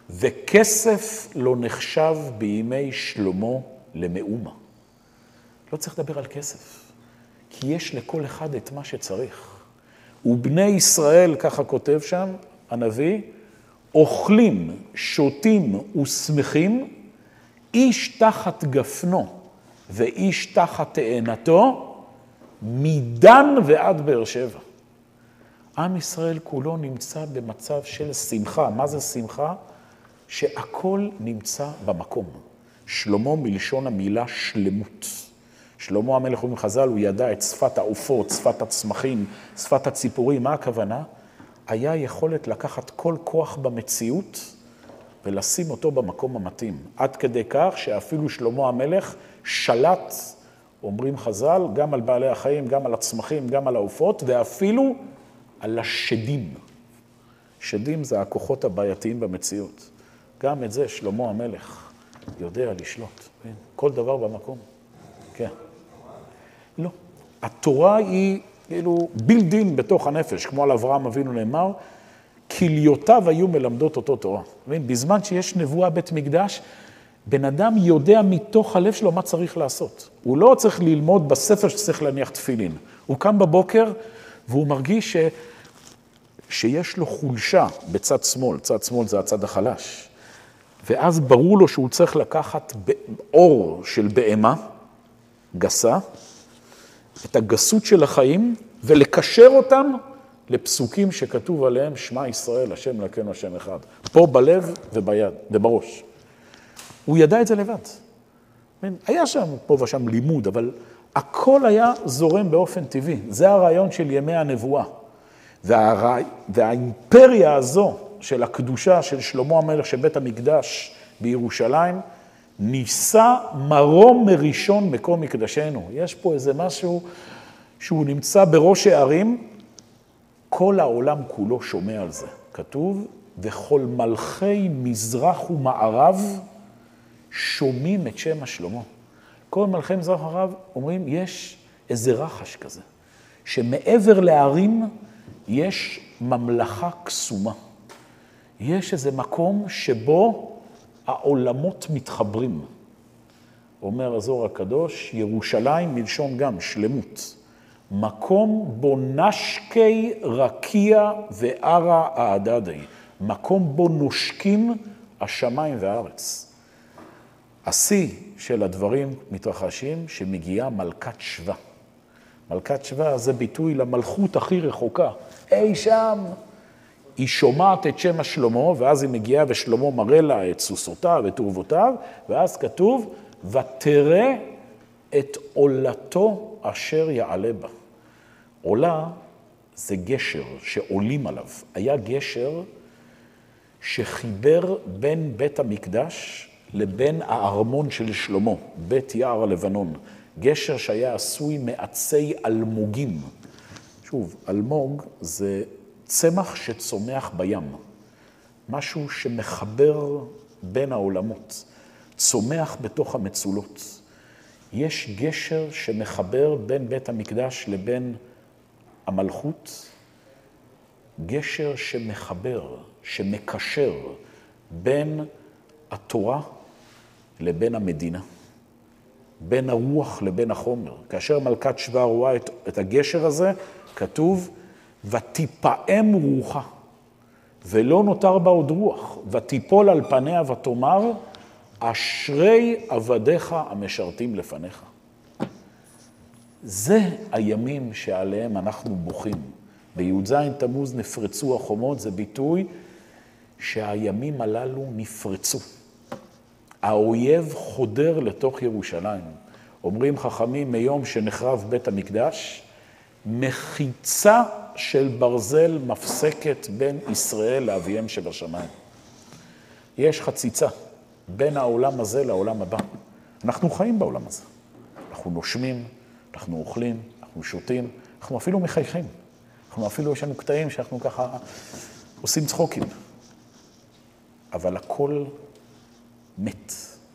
וכסף לא נחשב בימי שלמה למאומה. לא צריך לדבר על כסף, כי יש לכל אחד את מה שצריך. ובני ישראל, ככה כותב שם הנביא, אוכלים, שותים ושמחים, איש תחת גפנו ואיש תחת תאנתו, מדן ועד באר שבע. עם ישראל כולו נמצא במצב של שמחה. מה זה שמחה? שהכל נמצא במקום. שלמה מלשון המילה שלמות. שלמה המלך אומרים חז"ל, הוא ידע את שפת העופות, שפת הצמחים, שפת הציפורים. מה הכוונה? היה יכולת לקחת כל כוח במציאות ולשים אותו במקום המתאים. עד כדי כך שאפילו שלמה המלך שלט, אומרים חז"ל, גם על בעלי החיים, גם על הצמחים, גם על העופות, ואפילו על השדים. שדים זה הכוחות הבעייתיים במציאות. גם את זה שלמה המלך יודע לשלוט. כל דבר במקום. כן. לא. התורה היא כאילו בילדין בתוך הנפש, כמו על אברהם אבינו נאמר, כליותיו היו מלמדות אותו תורה. בזמן שיש נבואה בית מקדש, בן אדם יודע מתוך הלב שלו מה צריך לעשות. הוא לא צריך ללמוד בספר שצריך להניח תפילין. הוא קם בבוקר והוא מרגיש ש... שיש לו חולשה בצד שמאל. צד שמאל זה הצד החלש. ואז ברור לו שהוא צריך לקחת אור של בהמה גסה, את הגסות של החיים, ולקשר אותם לפסוקים שכתוב עליהם, שמע ישראל, השם אלוקינו השם אחד. פה בלב וביד, ובראש. הוא ידע את זה לבד. היה שם פה ושם לימוד, אבל הכל היה זורם באופן טבעי. זה הרעיון של ימי הנבואה. וה... והאימפריה הזו של הקדושה של שלמה המלך של בית המקדש בירושלים, ניסה מרום מראשון מקום מקדשנו. יש פה איזה משהו שהוא נמצא בראש הערים, כל העולם כולו שומע על זה. כתוב, וכל מלכי מזרח ומערב שומעים את שם השלמה. כל מלכי מזרח ומערב אומרים, יש איזה רחש כזה, שמעבר לערים יש ממלכה קסומה. יש איזה מקום שבו העולמות מתחברים. אומר הזוהר הקדוש, ירושלים מלשון גם שלמות. מקום בו נשקי רקיע וערה העדדי. מקום בו נושקים השמיים והארץ. השיא של הדברים מתרחשים שמגיעה מלכת שבא. מלכת שבא זה ביטוי למלכות הכי רחוקה. אי שם היא שומעת את שם השלמה, ואז היא מגיעה ושלמה מראה לה את סוסותיו ואת תרבותיו, ואז כתוב, ותראה את עולתו אשר יעלה בה. עולה זה גשר שעולים עליו. היה גשר שחיבר בין בית המקדש לבין הארמון של שלמה, בית יער הלבנון. גשר שהיה עשוי מעצי אלמוגים. שוב, אלמוג זה צמח שצומח בים. משהו שמחבר בין העולמות. צומח בתוך המצולות. יש גשר שמחבר בין בית המקדש לבין המלכות. גשר שמחבר, שמקשר בין התורה לבין המדינה. בין הרוח לבין החומר. כאשר מלכת שבא רואה את, את הגשר הזה, כתוב, ותיפעם רוחה, ולא נותר בה עוד רוח, ותיפול על פניה ותאמר, אשרי עבדיך המשרתים לפניך. זה הימים שעליהם אנחנו בוכים. בי"ז תמוז נפרצו החומות, זה ביטוי שהימים הללו נפרצו. האויב חודר לתוך ירושלים. אומרים חכמים, מיום שנחרב בית המקדש, מחיצה של ברזל מפסקת בין ישראל לאביהם שבשמיים. יש חציצה בין העולם הזה לעולם הבא. אנחנו חיים בעולם הזה. אנחנו נושמים, אנחנו אוכלים, אנחנו שותים, אנחנו אפילו מחייכים. אנחנו אפילו, יש לנו קטעים שאנחנו ככה עושים צחוקים. אבל הכל מת.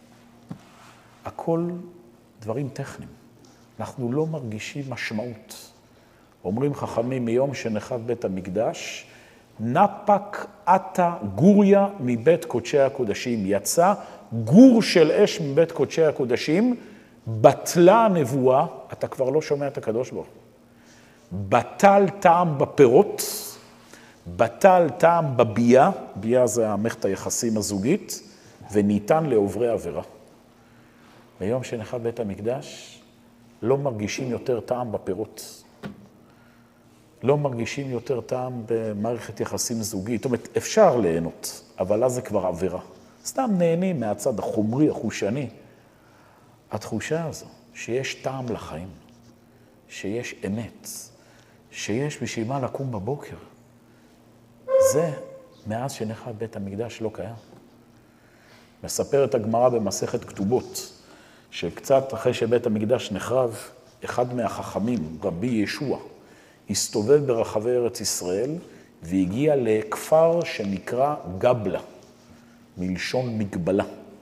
הכל דברים טכניים. אנחנו לא מרגישים משמעות. אומרים חכמים, מיום שנחרב בית המקדש, נפק עתה גוריה מבית קודשי הקודשים. יצא גור של אש מבית קודשי הקודשים, בטלה הנבואה, אתה כבר לא שומע את הקדוש ברוך הוא. בטל טעם בפירות, בטל טעם בבייה, בייה זה המערכת היחסים הזוגית, וניתן לעוברי עבירה. ביום שנחרב בית המקדש, לא מרגישים יותר טעם בפירות. לא מרגישים יותר טעם במערכת יחסים זוגית. זאת אומרת, אפשר ליהנות, אבל אז זה כבר עבירה. סתם נהנים מהצד החומרי, החושני. התחושה הזו, שיש טעם לחיים, שיש אמת, שיש בשביל מה לקום בבוקר, זה מאז שנחרב בית המקדש לא קיים. מספרת הגמרא במסכת כתובות, שקצת אחרי שבית המקדש נחרב, אחד מהחכמים, רבי ישוע, הסתובב ברחבי ארץ ישראל, והגיע לכפר שנקרא גבלה, מלשון מגבלה.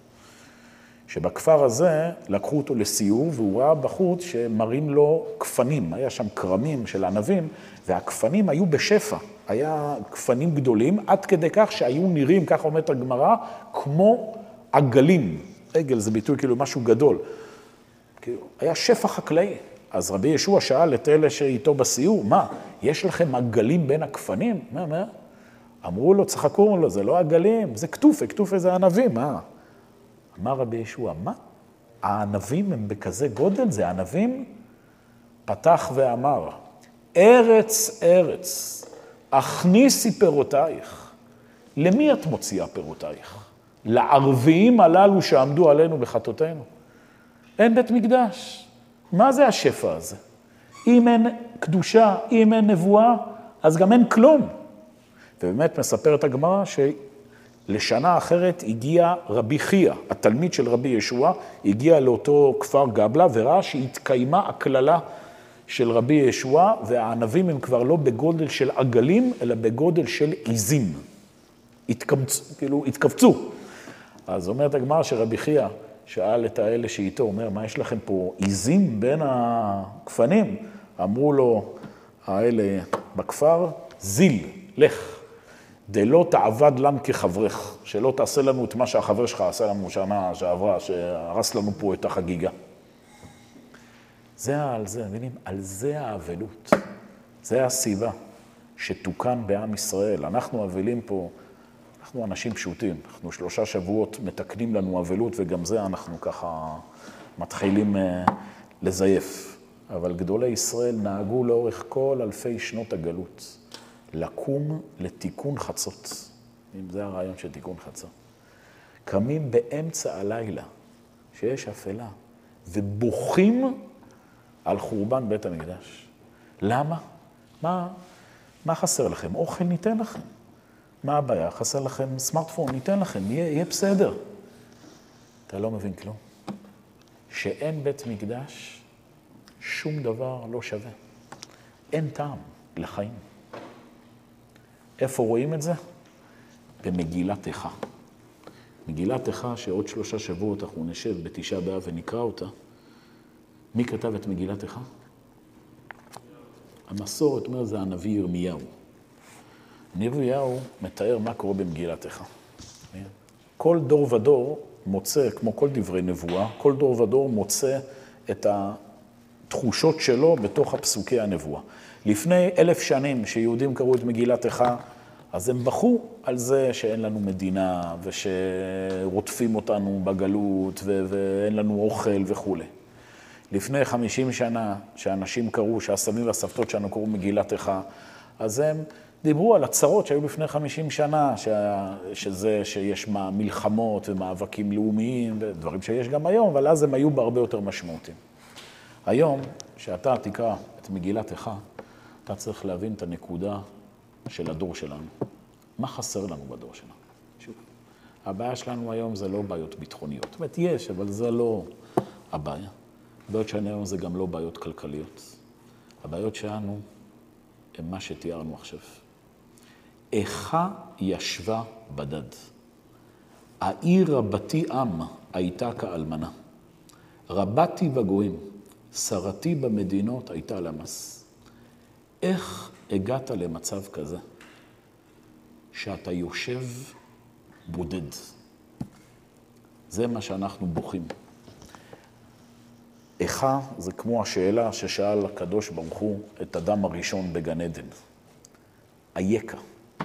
שבכפר הזה לקחו אותו לסיור, והוא ראה בחוץ שמראים לו כפנים. היה שם קרמים של ענבים, והכפנים היו בשפע. היה כפנים גדולים, עד כדי כך שהיו נראים, כך אומרת הגמרא, כמו עגלים. עגל זה ביטוי כאילו משהו גדול. כאילו, היה שפע חקלאי. אז רבי ישוע שאל את אלה שאיתו בסיור, מה, יש לכם עגלים בין הכפנים? מה, מה? אמרו לו, צחקו לו, זה לא עגלים, זה כתופה, כתופה זה ענבים, מה? אמר רבי ישוע, מה? הענבים הם בכזה גודל? זה ענבים? פתח ואמר, ארץ, ארץ, הכניסי פירותייך. למי את מוציאה פירותייך? לערביים הללו שעמדו עלינו בחטאותינו. אין בית מקדש. מה זה השפע הזה? אם אין קדושה, אם אין נבואה, אז גם אין כלום. ובאמת מספרת הגמרא שלשנה אחרת הגיע רבי חייא, התלמיד של רבי ישוע, הגיע לאותו כפר גבלה וראה שהתקיימה הכללה של רבי ישוע, והענבים הם כבר לא בגודל של עגלים, אלא בגודל של עיזים. התקבצו, כאילו, התכווצו. אז אומרת הגמרא שרבי חייא שאל את האלה שאיתו, אומר, מה יש לכם פה עיזים בין הכפנים? אמרו לו, האלה בכפר, זיל, לך, דלא תעבד לנו כחברך, שלא תעשה לנו את מה שהחבר שלך עשה לנו שנה שעברה, שהרס לנו פה את החגיגה. זה על זה, מבינים? על זה האבלות. זה הסיבה שתוקן בעם ישראל. אנחנו אבלים פה, אנחנו אנשים פשוטים. אנחנו שלושה שבועות מתקנים לנו אבלות, וגם זה אנחנו ככה מתחילים לזייף. אבל גדולי ישראל נהגו לאורך כל אלפי שנות הגלות, לקום לתיקון חצות. אם זה הרעיון של תיקון חצות. קמים באמצע הלילה, שיש אפלה, ובוכים על חורבן בית המקדש. למה? מה, מה חסר לכם? אוכל ניתן לכם. מה הבעיה? חסר לכם סמארטפון, ניתן לכם, יהיה, יהיה בסדר. אתה לא מבין כלום. שאין בית מקדש, שום דבר לא שווה. אין טעם לחיים. איפה רואים את זה? במגילת איכה. מגילת איכה שעוד שלושה שבועות אנחנו נשב בתשעה באב ונקרא אותה. מי כתב את מגילת איכה? המסורת אומר זה הנביא ירמיהו. הנביא ירמיהו מתאר מה קורה במגילת איכה. כל דור ודור מוצא, כמו כל דברי נבואה, כל דור ודור מוצא את התחושות שלו בתוך הפסוקי הנבואה. לפני אלף שנים שיהודים קראו את מגילת איכה, אז הם בכו על זה שאין לנו מדינה, ושרודפים אותנו בגלות, ו- ואין לנו אוכל וכו'. לפני חמישים שנה, שאנשים קראו, שהסבים והסבתות שלנו קראו מגילת איכה, אז הם דיברו על הצרות שהיו לפני חמישים שנה, ש- שזה שיש מלחמות ומאבקים לאומיים, ודברים שיש גם היום, אבל אז הם היו בהרבה יותר משמעותיים. היום, שאתה תקרא את מגילת איכה, אתה צריך להבין את הנקודה של הדור שלנו. מה חסר לנו בדור שלנו? שוב, הבעיה שלנו היום זה לא בעיות ביטחוניות. זאת אומרת, יש, אבל זה לא הבעיה. הבעיות שלנו היום זה גם לא בעיות כלכליות. הבעיות שלנו הם מה שתיארנו עכשיו. איכה ישבה בדד. העיר רבתי עם הייתה כאלמנה. רבתי בגויים, שרתי במדינות הייתה למס. איך הגעת למצב כזה, שאתה יושב בודד? זה מה שאנחנו בוכים. איכה זה כמו השאלה ששאל הקדוש ברוך הוא את אדם הראשון בגן עדן. אייכה.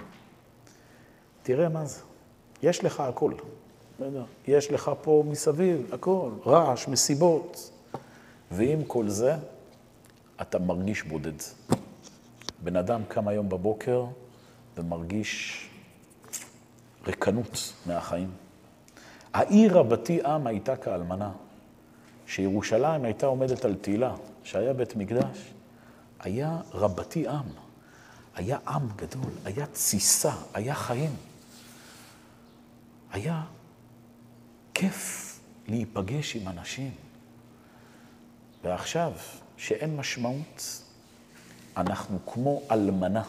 תראה מה זה. יש לך הכל. יש לך פה מסביב הכל, רעש, מסיבות. ועם כל זה, אתה מרגיש בודד. בן אדם קם היום בבוקר ומרגיש ריקנות מהחיים. העיר רבתי עם הייתה כאלמנה. שירושלים הייתה עומדת על תהילה, שהיה בית מקדש, היה רבתי עם. היה עם גדול, היה ציסה, היה חיים. היה כיף להיפגש עם אנשים. ועכשיו, שאין משמעות, אנחנו כמו אלמנה.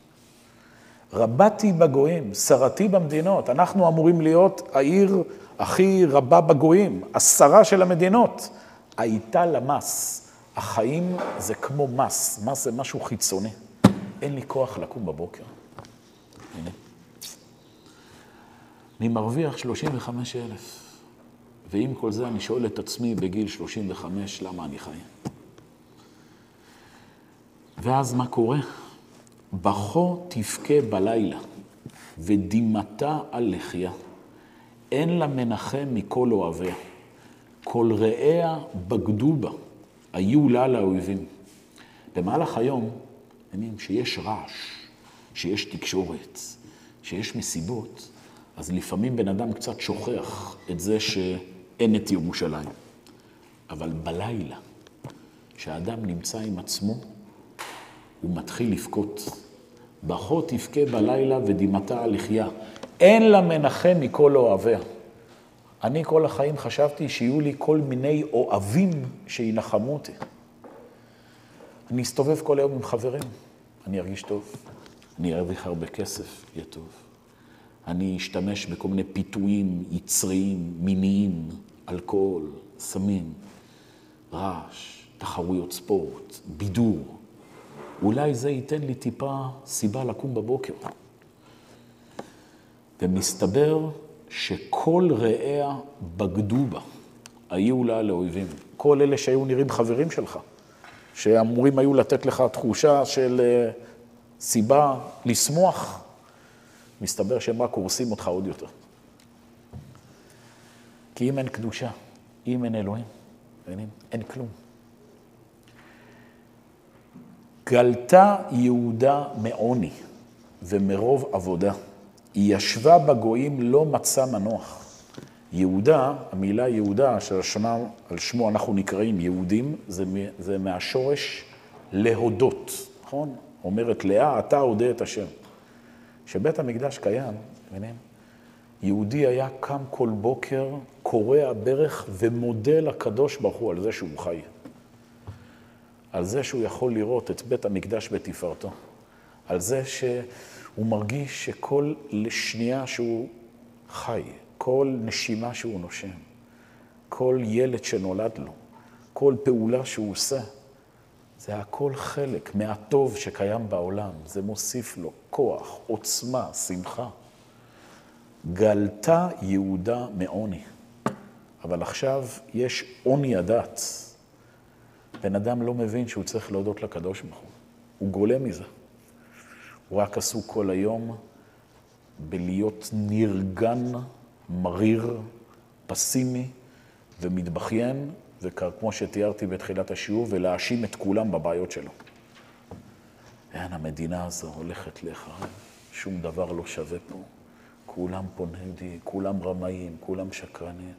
רבתי בגויים, שרתי במדינות. אנחנו אמורים להיות העיר הכי רבה בגויים, השרה של המדינות. הייתה למס. החיים זה כמו מס. מס זה משהו חיצוני. אין לי כוח לקום בבוקר. הנה. אני מרוויח שלושים וחמישה אלף. ועם כל זה אני שואל את עצמי בגיל שלושים וחמש, למה אני חי? ואז מה קורה? בכו תבכה בלילה, ודימתה על לחיה. אין לה מנחם מכל אוהביה. כל רעיה בגדו בה, היו לה לאויבים. במהלך היום, שיש רעש, שיש תקשורת, שיש מסיבות, אז לפעמים בן אדם קצת שוכח את זה שאין את ירושלים. אבל בלילה, כשהאדם נמצא עם עצמו, הוא מתחיל לבכות. בכו תבכה בלילה ודימתה על לחיה. אין לה מנחם מכל אוהביה. אני כל החיים חשבתי שיהיו לי כל מיני אוהבים שינחמו אותי. אני אסתובב כל היום עם חברים, אני ארגיש טוב. אני ארוויח הרבה כסף, יהיה טוב. אני אשתמש בכל מיני פיתויים יצריים, מיניים, אלכוהול, סמים, רעש, תחרויות ספורט, בידור. אולי זה ייתן לי טיפה סיבה לקום בבוקר. ומסתבר שכל רעיה בגדו בה, היו לה לאויבים. כל אלה שהיו נראים חברים שלך, שאמורים היו לתת לך תחושה של סיבה לשמוח, מסתבר שהם רק הורסים אותך עוד יותר. כי אם אין קדושה, אם אין אלוהים, אין כלום. גלתה יהודה מעוני ומרוב עבודה. היא ישבה בגויים, לא מצא מנוח. יהודה, המילה יהודה, שהשנה על שמו אנחנו נקראים יהודים, זה, זה מהשורש להודות, נכון? אומרת לאה, אתה הודה את השם. שבית המקדש קיים, מבינים? יהודי היה קם כל בוקר, קורע ברך ומודה לקדוש ברוך הוא על זה שהוא חי. על זה שהוא יכול לראות את בית המקדש בתפארתו. על זה שהוא מרגיש שכל שנייה שהוא חי, כל נשימה שהוא נושם, כל ילד שנולד לו, כל פעולה שהוא עושה, זה הכל חלק מהטוב שקיים בעולם. זה מוסיף לו כוח, עוצמה, שמחה. גלתה יהודה מעוני. אבל עכשיו יש עוני הדת. בן אדם לא מבין שהוא צריך להודות לקדוש ברוך הוא. הוא גולה מזה. הוא רק עסוק כל היום בלהיות נרגן, מריר, פסימי ומתבכיין, וכמו שתיארתי בתחילת השיעור, ולהאשים את כולם בבעיות שלו. אין, המדינה הזו הולכת להיחרב, שום דבר לא שווה פה. כולם פה נגדי, כולם רמאים, כולם שקרנים.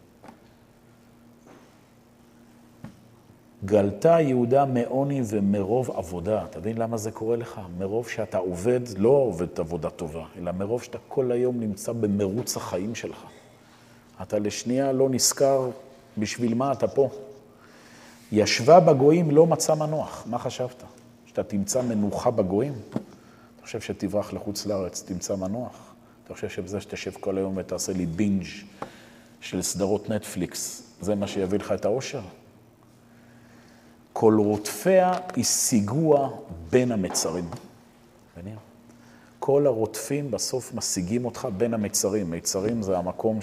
גלתה יהודה מעוני ומרוב עבודה. אתה מבין למה זה קורה לך? מרוב שאתה עובד, לא עובד עבודה טובה, אלא מרוב שאתה כל היום נמצא במרוץ החיים שלך. אתה לשנייה לא נזכר בשביל מה אתה פה. ישבה בגויים לא מצא מנוח. מה חשבת? שאתה תמצא מנוחה בגויים? אתה חושב שתברח לחוץ לארץ, תמצא מנוח? אתה חושב שבזה שתשב כל היום ותעשה לי בינג' של סדרות נטפליקס, זה מה שיביא לך את האושר? כל רודפיה השיגוה בין המצרים. מבינים? כל הרודפים בסוף משיגים אותך בין המצרים. מצרים זה המקום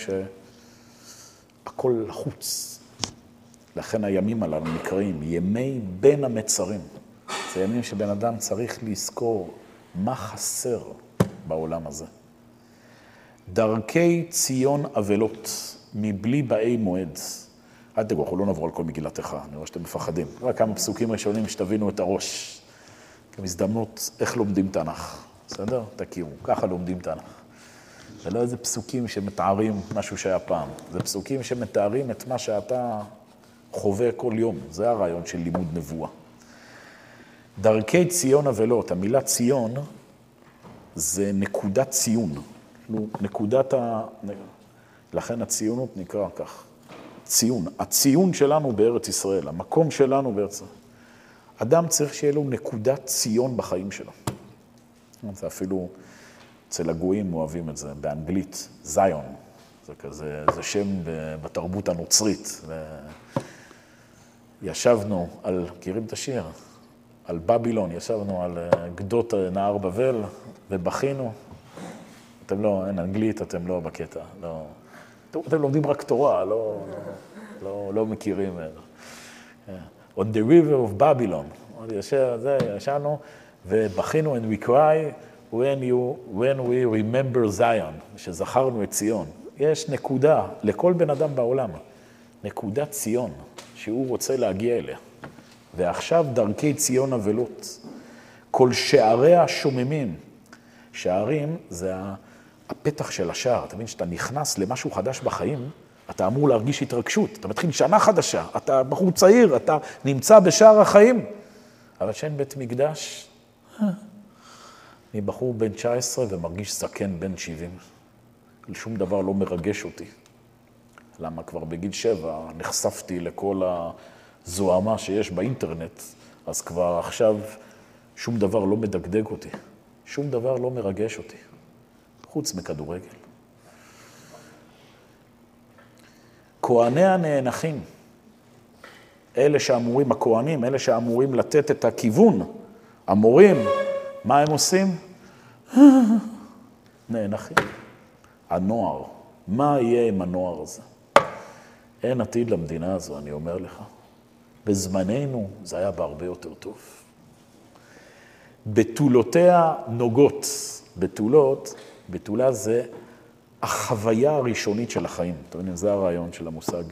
שהכל לחוץ. לכן הימים הללו נקראים ימי בין המצרים. זה ימים שבן אדם צריך לזכור מה חסר בעולם הזה. דרכי ציון אבלות, מבלי באי מועד. אל תגעו, אנחנו לא נעבור על כל מגילת איכה, אני רואה שאתם מפחדים. רק כמה פסוקים ראשונים שתבינו את הראש. כמזדמנות, איך לומדים תנ"ך. בסדר? תכירו, ככה לומדים תנ"ך. זה לא איזה פסוקים שמתארים משהו שהיה פעם. זה פסוקים שמתארים את מה שאתה חווה כל יום. זה הרעיון של לימוד נבואה. דרכי ציון אבלות, המילה ציון זה נקודת ציון. נקודת ה... לכן הציונות נקרא כך. ציון. הציון שלנו בארץ ישראל, המקום שלנו בארץ ישראל. אדם צריך שיהיה לו נקודת ציון בחיים שלו. זה אפילו, אצל הגויים אוהבים את זה, באנגלית, זיון. זה כזה, זה שם בתרבות הנוצרית. ישבנו על, מכירים את השיר? על בבילון, ישבנו על גדות נהר בבל ובכינו. אתם לא, אין אנגלית, אתם לא בקטע, לא. אתם לומדים רק תורה, לא, לא, לא מכירים. On the river of Babylon, ישבנו ובכינו and we cry when, you, when we remember Zion, שזכרנו את ציון. יש נקודה לכל בן אדם בעולם, נקודת ציון, שהוא רוצה להגיע אליה. ועכשיו דרכי ציון אבלות, כל שעריה שוממים. שערים זה הפתח של השער. אתה מבין, שאתה נכנס למשהו חדש בחיים, אתה אמור להרגיש התרגשות. אתה מתחיל שנה חדשה, אתה בחור צעיר, אתה נמצא בשער החיים. אבל שאין בית מקדש, אני בחור בן תשע עשרה ומרגיש זקן בן שבעים. שום דבר לא מרגש אותי. למה כבר בגיל שבע נחשפתי לכל הזוהמה שיש באינטרנט, אז כבר עכשיו שום דבר לא מדגדג אותי. שום דבר לא מרגש אותי. חוץ מכדורגל. כהניה נאנחים. אלה שאמורים, הכהנים, אלה שאמורים לתת את הכיוון, המורים, מה הם עושים? נאנחים. הנוער. מה יהיה עם הנוער הזה? אין עתיד למדינה הזו, אני אומר לך. בזמננו זה היה בהרבה יותר טוב. בתולותיה נוגות. בתולות, בתולה זה החוויה הראשונית של החיים. אתה מבין, זה הרעיון של המושג.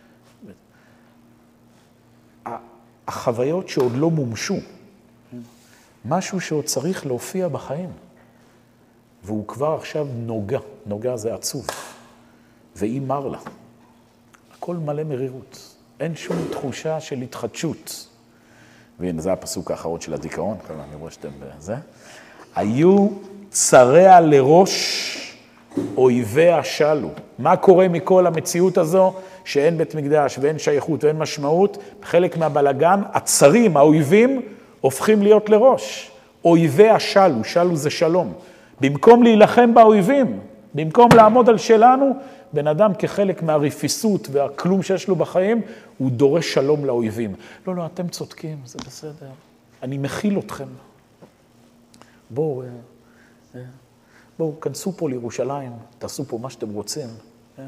החוויות שעוד לא מומשו. משהו שעוד צריך להופיע בחיים. והוא כבר עכשיו נוגה. נוגה זה עצוב. והיא מר לה. הכל מלא מרירות. אין שום תחושה של התחדשות. והנה, זה הפסוק האחרון של הדיכאון. אני רואה שאתם בזה. היו צריה לראש אויביה שלו. מה קורה מכל המציאות הזו? שאין בית מקדש ואין שייכות ואין משמעות. בחלק מהבלגן, הצרים, האויבים, הופכים להיות לראש. אויביה שלו. שלו זה שלום. במקום להילחם באויבים, במקום לעמוד על שלנו, בן אדם כחלק מהרפיסות והכלום שיש לו בחיים, הוא דורש שלום לאויבים. לא, לא, אתם צודקים, זה בסדר. אני מכיל אתכם. בואו, בואו, כנסו פה לירושלים, תעשו פה מה שאתם רוצים.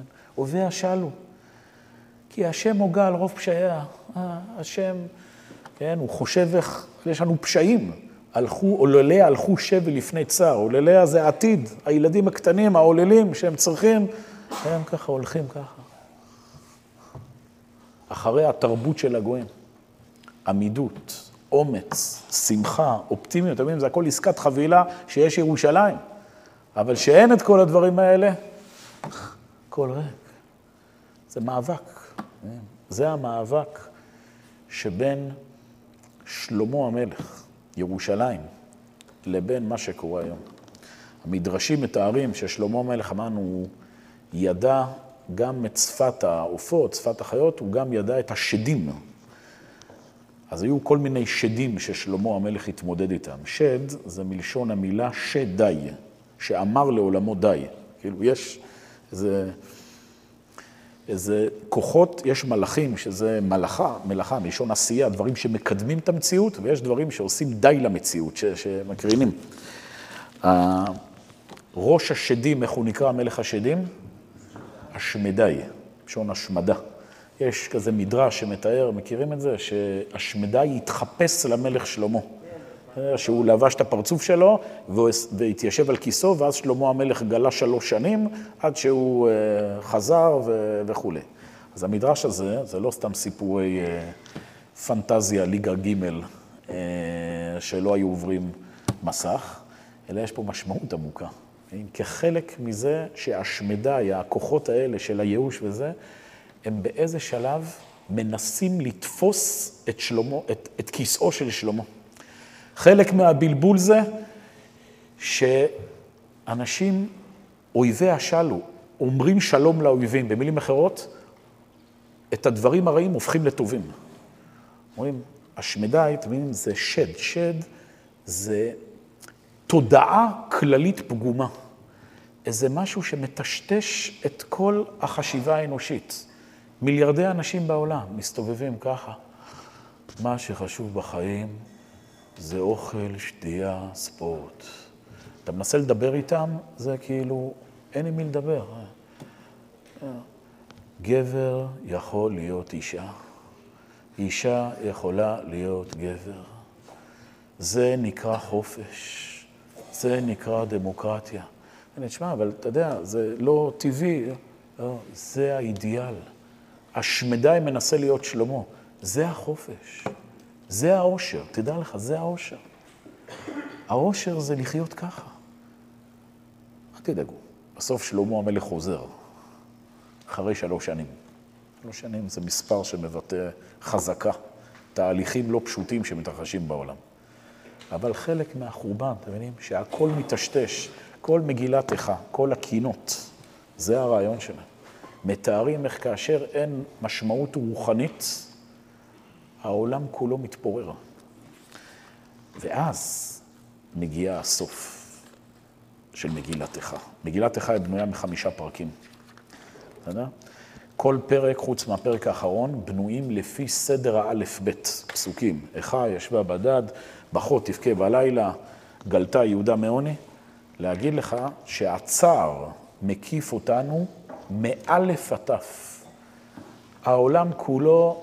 אויביה שלו. כי השם הוגה על רוב פשעיה. השם כן? הוא חושב איך, יש לנו פשעים. הלכו, עולליה הלכו שבי לפני צער, עולליה זה עתיד, הילדים הקטנים, העוללים שהם צריכים, הם ככה הולכים ככה. אחרי התרבות של הגויים, עמידות, אומץ, שמחה, אופטימיות, אתם יודעים, זה הכל עסקת חבילה שיש ירושלים, אבל שאין את כל הדברים האלה, כל ריק. זה מאבק, זה המאבק שבין שלמה המלך, ירושלים, לבין מה שקורה היום. המדרשים מתארים ששלמה המלך אמרנו, הוא ידע גם את שפת העופות, שפת החיות, הוא גם ידע את השדים. אז היו כל מיני שדים ששלמה המלך התמודד איתם. שד זה מלשון המילה שדי, שאמר לעולמו די. כאילו יש איזה, איזה כוחות, יש מלאכים שזה מלאכה, מלאכה, מלשון עשייה, דברים שמקדמים את המציאות, ויש דברים שעושים די למציאות, ש, שמקרינים. ראש השדים, איך הוא נקרא מלך השדים? השמדי, מלשון השמדה. יש כזה מדרש שמתאר, מכירים את זה? שהשמדי יתחפש למלך שלמה. שהוא לבש את הפרצוף שלו והתיישב על כיסו, ואז שלמה המלך גלה שלוש שנים עד שהוא חזר וכו'. אז המדרש הזה, זה לא סתם סיפורי פנטזיה, ליגה ג' שלא היו עוברים מסך, אלא יש פה משמעות עמוקה. כחלק מזה שהשמדי, הכוחות האלה של הייאוש וזה, הם באיזה שלב מנסים לתפוס את שלמה, את, את כיסאו של שלמה. חלק מהבלבול זה שאנשים, אויבי השלו, אומרים שלום לאויבים. במילים אחרות, את הדברים הרעים הופכים לטובים. אומרים, השמדי, אתם יודעים, זה שד. שד זה תודעה כללית פגומה. איזה משהו שמטשטש את כל החשיבה האנושית. מיליארדי אנשים בעולם מסתובבים ככה. מה שחשוב בחיים זה אוכל, שתייה, ספורט. אתה מנסה לדבר איתם, זה כאילו, אין עם מי לדבר. גבר יכול להיות אישה. אישה יכולה להיות גבר. זה נקרא חופש. זה נקרא דמוקרטיה. אני תשמע, אבל אתה יודע, זה לא טבעי. לא, זה האידיאל. השמדי מנסה להיות שלמה. זה החופש. זה האושר. תדע לך, זה האושר. האושר זה לחיות ככה. אל תדאגו. בסוף שלמה המלך חוזר. אחרי שלוש שנים. שלוש שנים זה מספר שמבטא חזקה. תהליכים לא פשוטים שמתרחשים בעולם. אבל חלק מהחורבן, אתם מבינים? שהכל מתשתש. כל מגילת איכה, כל הקינות. זה הרעיון שלהם. מתארים איך כאשר אין משמעות רוחנית, העולם כולו מתפורר. ואז מגיע הסוף של מגילת איכה. מגילת איכה היא בנויה מחמישה פרקים. אתה יודע? כל פרק, חוץ מהפרק האחרון, בנויים לפי סדר האלף בית פסוקים. איכה ישבה בדד, בחות תבכה בלילה, גלתה יהודה מעוני. להגיד לך שהצער מקיף אותנו מאלף עטף. העולם כולו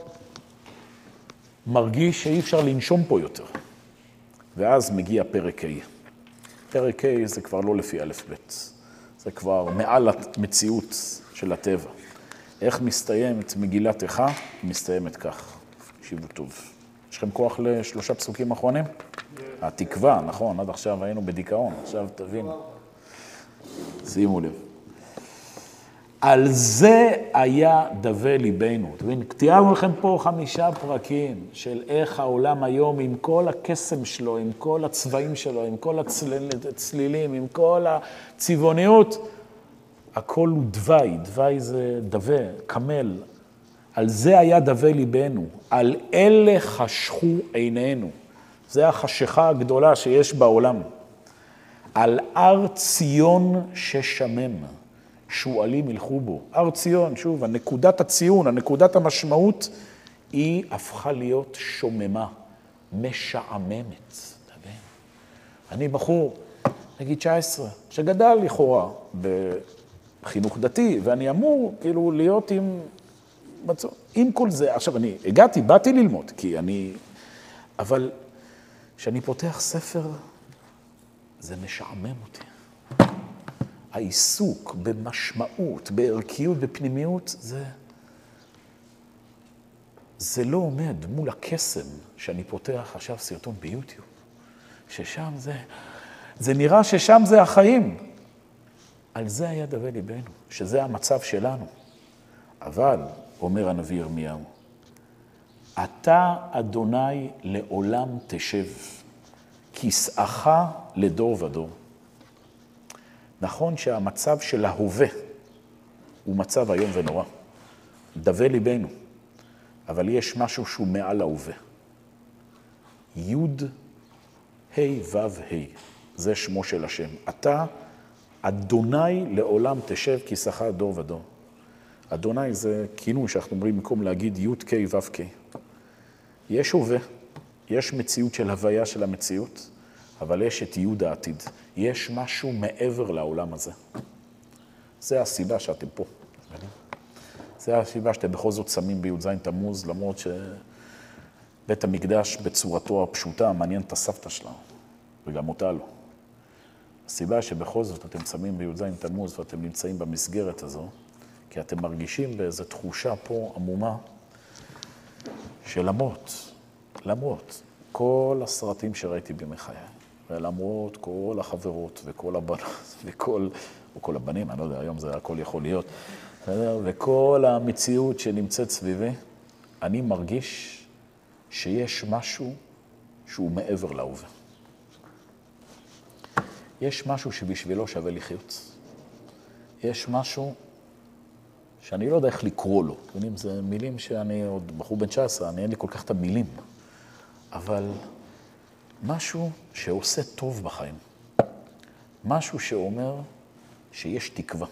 מרגיש שאי אפשר לנשום פה יותר. ואז מגיע פרק ה'. פרק ה' זה כבר לא לפי אלף בית. זה כבר מעל המציאות של הטבע. איך מסתיימת מגילת איכה? היא מסתיימת כך. תקשיבו טוב. יש לכם כוח לשלושה פסוקים אחרונים? התקווה, נכון, עד עכשיו היינו בדיכאון. עכשיו תבין. שימו לב. על זה היה דווה ליבנו. תבין, תיארנו לכם פה חמישה פרקים של איך העולם היום עם כל הקסם שלו, עם כל הצבעים שלו, עם כל הצלילים, עם כל הצבעוניות, הכל הוא דווי, דווי זה דווה, קמל. על זה היה דווה ליבנו, על אלה חשכו עינינו. זה החשיכה הגדולה שיש בעולם. על הר ציון ששמם. שועלים ילכו בו. הר ציון, שוב, הנקודת הציון, הנקודת המשמעות, היא הפכה להיות שוממה, משעממת. אני בחור, נגיד תשע עשרה, שגדל לכאורה בחינוך דתי, ואני אמור כאילו להיות עם, עם כל זה. עכשיו, אני הגעתי, באתי ללמוד, כי אני אבל כשאני פותח ספר, זה משעמם אותי. העיסוק במשמעות, בערכיות, בפנימיות, זה, זה לא עומד מול הקסם שאני פותח עכשיו סרטון ביוטיוב. ששם זה, זה נראה ששם זה החיים. על זה היה דווה ליבנו, שזה המצב שלנו. אבל, אומר הנביא ירמיהו, אתה אדוני לעולם תשב, כיסאך לדור ודור. נכון שהמצב של ההווה הוא מצב היום ונורא. דווה ליבנו, אבל יש משהו שהוא מעל ההווה. יוד, ה' ו' ה', זה שמו של השם. אתה אדוני לעולם תשב, כיסאך דור ודור. אדוני זה כינוי שאנחנו אומרים במקום להגיד י' ק' ו' ק'. יש הווה, יש מציאות של הוויה של המציאות, אבל יש את י' העתיד. יש משהו מעבר לעולם הזה. זה הסיבה שאתם פה. זה הסיבה שאתם בכל זאת שמים בי"ז תמוז, למרות שבית המקדש בצורתו הפשוטה מעניין את הסבתא שלה, וגם אותה לא. הסיבה שבכל זאת אתם שמים בי"ז תמוז ואתם נמצאים במסגרת הזו, כי אתם מרגישים באיזו תחושה פה עמומה, שלמרות, למרות כל הסרטים שראיתי בימי חיי, ולמרות כל החברות וכל הבנות, וכל, או כל הבנים, אני לא יודע, היום זה הכל יכול להיות, וכל המציאות שנמצאת סביבי, אני מרגיש שיש משהו שהוא מעבר להווה. יש משהו שבשבילו שווה לחיות. יש משהו שאני לא יודע איך לקרוא לו. יודעים, זה מילים שאני עוד בחור בן תשע עשרה, אני אין לי כל כך את המילים. אבל משהו שעושה טוב בחיים. משהו שאומר שיש תקווה.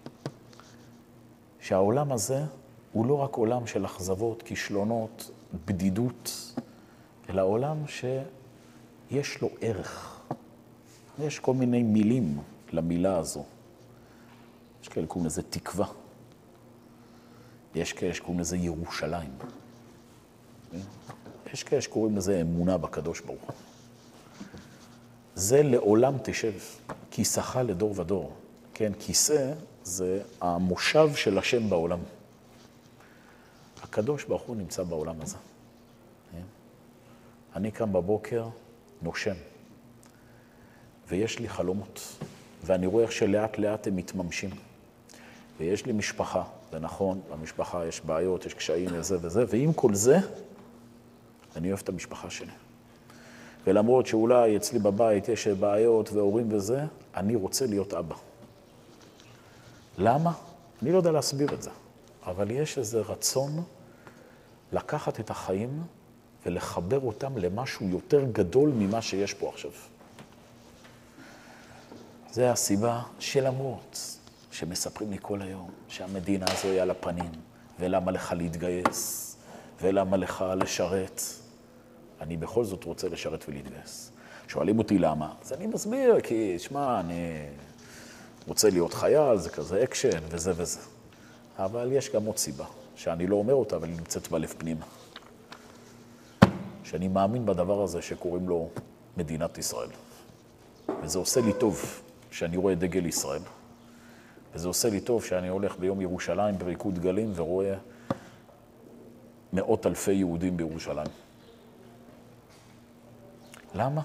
שהעולם הזה הוא לא רק עולם של אכזבות, כישלונות, בדידות, אלא עולם שיש לו ערך. יש כל מיני מילים למילה הזו. יש כאלה קוראים לזה תקווה. יש כאלה שקוראים לזה ירושלים. יש כאלה שקוראים לזה אמונה בקדוש ברוך הוא. זה לעולם תשב, כיסאך לדור ודור. כן, כיסא זה המושב של השם בעולם. הקדוש ברוך הוא נמצא בעולם הזה. אני קם בבוקר, נושם, ויש לי חלומות, ואני רואה איך שלאט לאט הם מתממשים. ויש לי משפחה, זה נכון, במשפחה יש בעיות, יש קשיים וזה וזה, ועם כל זה, אני אוהב את המשפחה שלי. ולמרות שאולי אצלי בבית יש בעיות והורים וזה, אני רוצה להיות אבא. למה? אני לא יודע להסביר את זה, אבל יש איזה רצון לקחת את החיים ולחבר אותם למשהו יותר גדול ממה שיש פה עכשיו. זה הסיבה שלמרות שמספרים לי כל היום שהמדינה הזו היא על הפנים, ולמה לך להתגייס, ולמה לך לשרת, אני בכל זאת רוצה לשרת ולהתגייס. שואלים אותי למה, אז אני מסביר, כי שמע, אני רוצה להיות חייל, זה כזה אקשן וזה וזה. אבל יש גם עוד סיבה, שאני לא אומר אותה, אבל היא נמצאת בלב פנימה. שאני מאמין בדבר הזה שקוראים לו מדינת ישראל. וזה עושה לי טוב שאני רואה דגל ישראל. וזה עושה לי טוב שאני הולך ביום ירושלים בריקוד גלים ורואה מאות אלפי יהודים בירושלים. למה?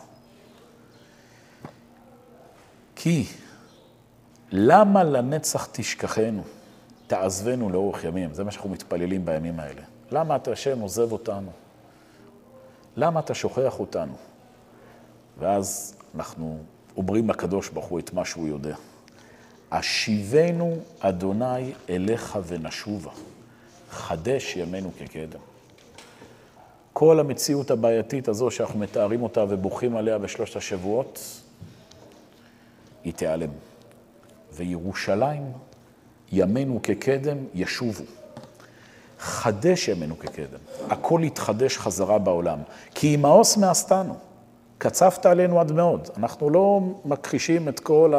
כי למה לנצח תשכחנו, תעזבנו לאורך ימים? זה מה שאנחנו מתפללים בימים האלה. למה אתה השם עוזב אותנו? למה אתה שוכח אותנו? ואז אנחנו אומרים לקדוש ברוך הוא את מה שהוא יודע. השיבנו אדוני אליך ונשובה, חדש ימינו כקדם. כל המציאות הבעייתית הזו שאנחנו מתארים אותה ובוכים עליה בשלושת השבועות, היא תיעלם. וירושלים, ימינו כקדם, ישובו. חדש ימינו כקדם. הכל יתחדש חזרה בעולם. כי אם העוס מעשתנו, קצפת עלינו עד מאוד. אנחנו לא מכחישים את כל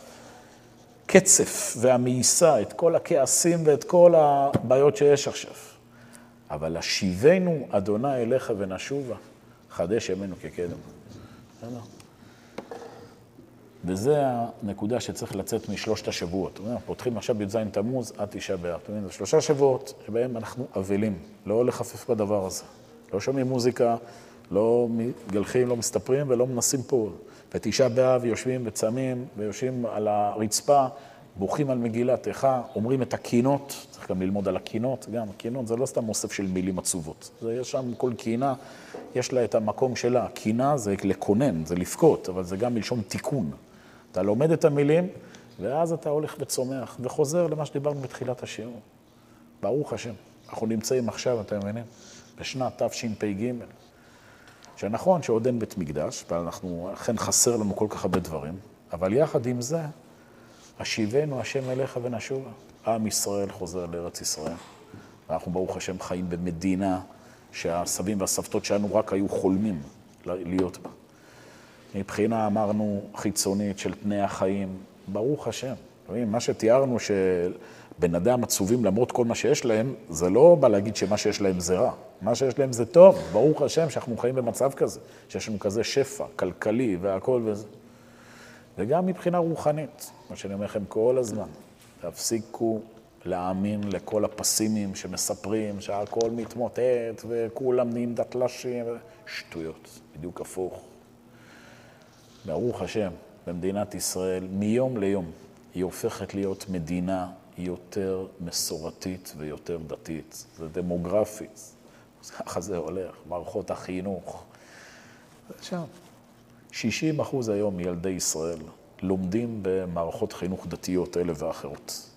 הקצף והמאיסה, את כל הכעסים ואת כל הבעיות שיש עכשיו. אבל השיבנו אדוני אליך ונשובה, חדש ימינו כקדם. בסדר? וזה הנקודה שצריך לצאת משלושת השבועות. פותחים עכשיו י"ז תמוז עד תשעה באב. זה שלושה שבועות שבהם אנחנו אבלים, לא לחפף בדבר הזה. לא שומעים מוזיקה, לא מגלחים, לא מסתפרים ולא מנסים פה. בתשעה באב יושבים וצמים ויושבים על הרצפה, בוכים על מגילת איכה, אומרים את הקינות, צריך גם ללמוד על הקינות, גם הקינות זה לא סתם אוסף של מילים עצובות. זה יש שם כל קינה, יש לה את המקום שלה. קינה זה לקונן, זה לפקות, אבל זה גם מלשון תיקון. אתה לומד את המילים, ואז אתה הולך וצומח, וחוזר למה שדיברנו בתחילת השיעור. ברוך השם. אנחנו נמצאים עכשיו, אתם מבינים, בשנת תשפ"ג, שנכון שעוד אין בית מקדש, ואנחנו, אכן חסר לנו כל כך הרבה דברים, אבל יחד עם זה, השיבנו השם אליך ונשובה. עם ישראל חוזר לארץ ישראל. ואנחנו ברוך השם חיים במדינה שהסבים והסבתות שלנו רק היו חולמים להיות בה. מבחינה אמרנו חיצונית של תנאי החיים, ברוך השם. מה שתיארנו שבן אדם עצובים למרות כל מה שיש להם, זה לא בא להגיד שמה שיש להם זה רע. מה שיש להם זה טוב, ברוך השם שאנחנו חיים במצב כזה, שיש לנו כזה שפע, כלכלי והכל וזה. וגם מבחינה רוחנית, מה שאני אומר לכם כל הזמן, תפסיקו להאמין לכל הפסימים שמספרים שהכל מתמוטט וכולם נהיים דתל"שים, שטויות, בדיוק הפוך. ברוך השם, במדינת ישראל, מיום ליום, היא הופכת להיות מדינה יותר מסורתית ויותר דתית. זה דמוגרפית, ככה זה הולך, מערכות החינוך. זה שם. שישים אחוז היום מילדי ישראל לומדים במערכות חינוך דתיות אלה ואחרות.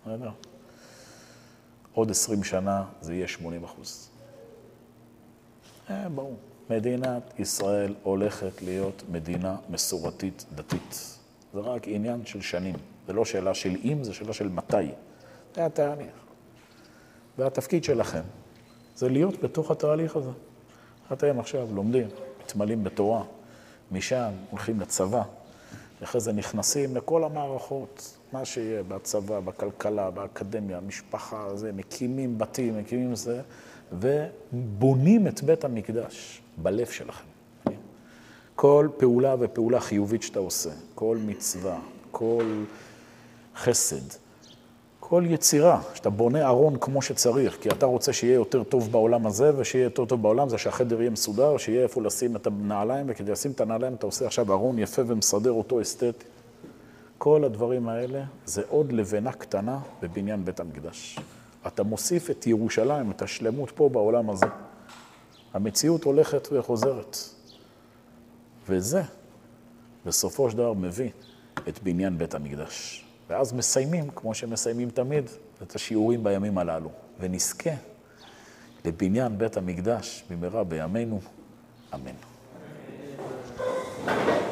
עוד עשרים שנה זה יהיה שמונים אחוז. אה, ברור. מדינת ישראל הולכת להיות מדינה מסורתית דתית. זה רק עניין של שנים. זה לא שאלה של אם, זה שאלה של מתי. זה התהליך. והתפקיד שלכם זה להיות בתוך התהליך הזה. אתם עכשיו לומדים, מתמלאים בתורה, משם הולכים לצבא, אחרי זה נכנסים לכל המערכות, מה שיהיה בצבא, בכלכלה, באקדמיה, משפחה, זה, מקימים בתים, מקימים זה, ובונים את בית המקדש בלב שלכם. כל פעולה ופעולה חיובית שאתה עושה, כל מצווה, כל חסד, כל יצירה, שאתה בונה ארון כמו שצריך, כי אתה רוצה שיהיה יותר טוב בעולם הזה, ושיהיה יותר טוב בעולם זה שהחדר יהיה מסודר, שיהיה איפה לשים את הנעליים, וכדי לשים את הנעליים אתה עושה עכשיו ארון יפה ומסדר אותו אסתטי. כל הדברים האלה זה עוד לבנה קטנה בבניין בית המקדש. אתה מוסיף את ירושלים, את השלמות פה בעולם הזה. המציאות הולכת וחוזרת. וזה בסופו של דבר מביא את בניין בית המקדש. ואז מסיימים, כמו שמסיימים תמיד, את השיעורים בימים הללו. ונזכה לבניין בית המקדש במהרה בימינו. אמן.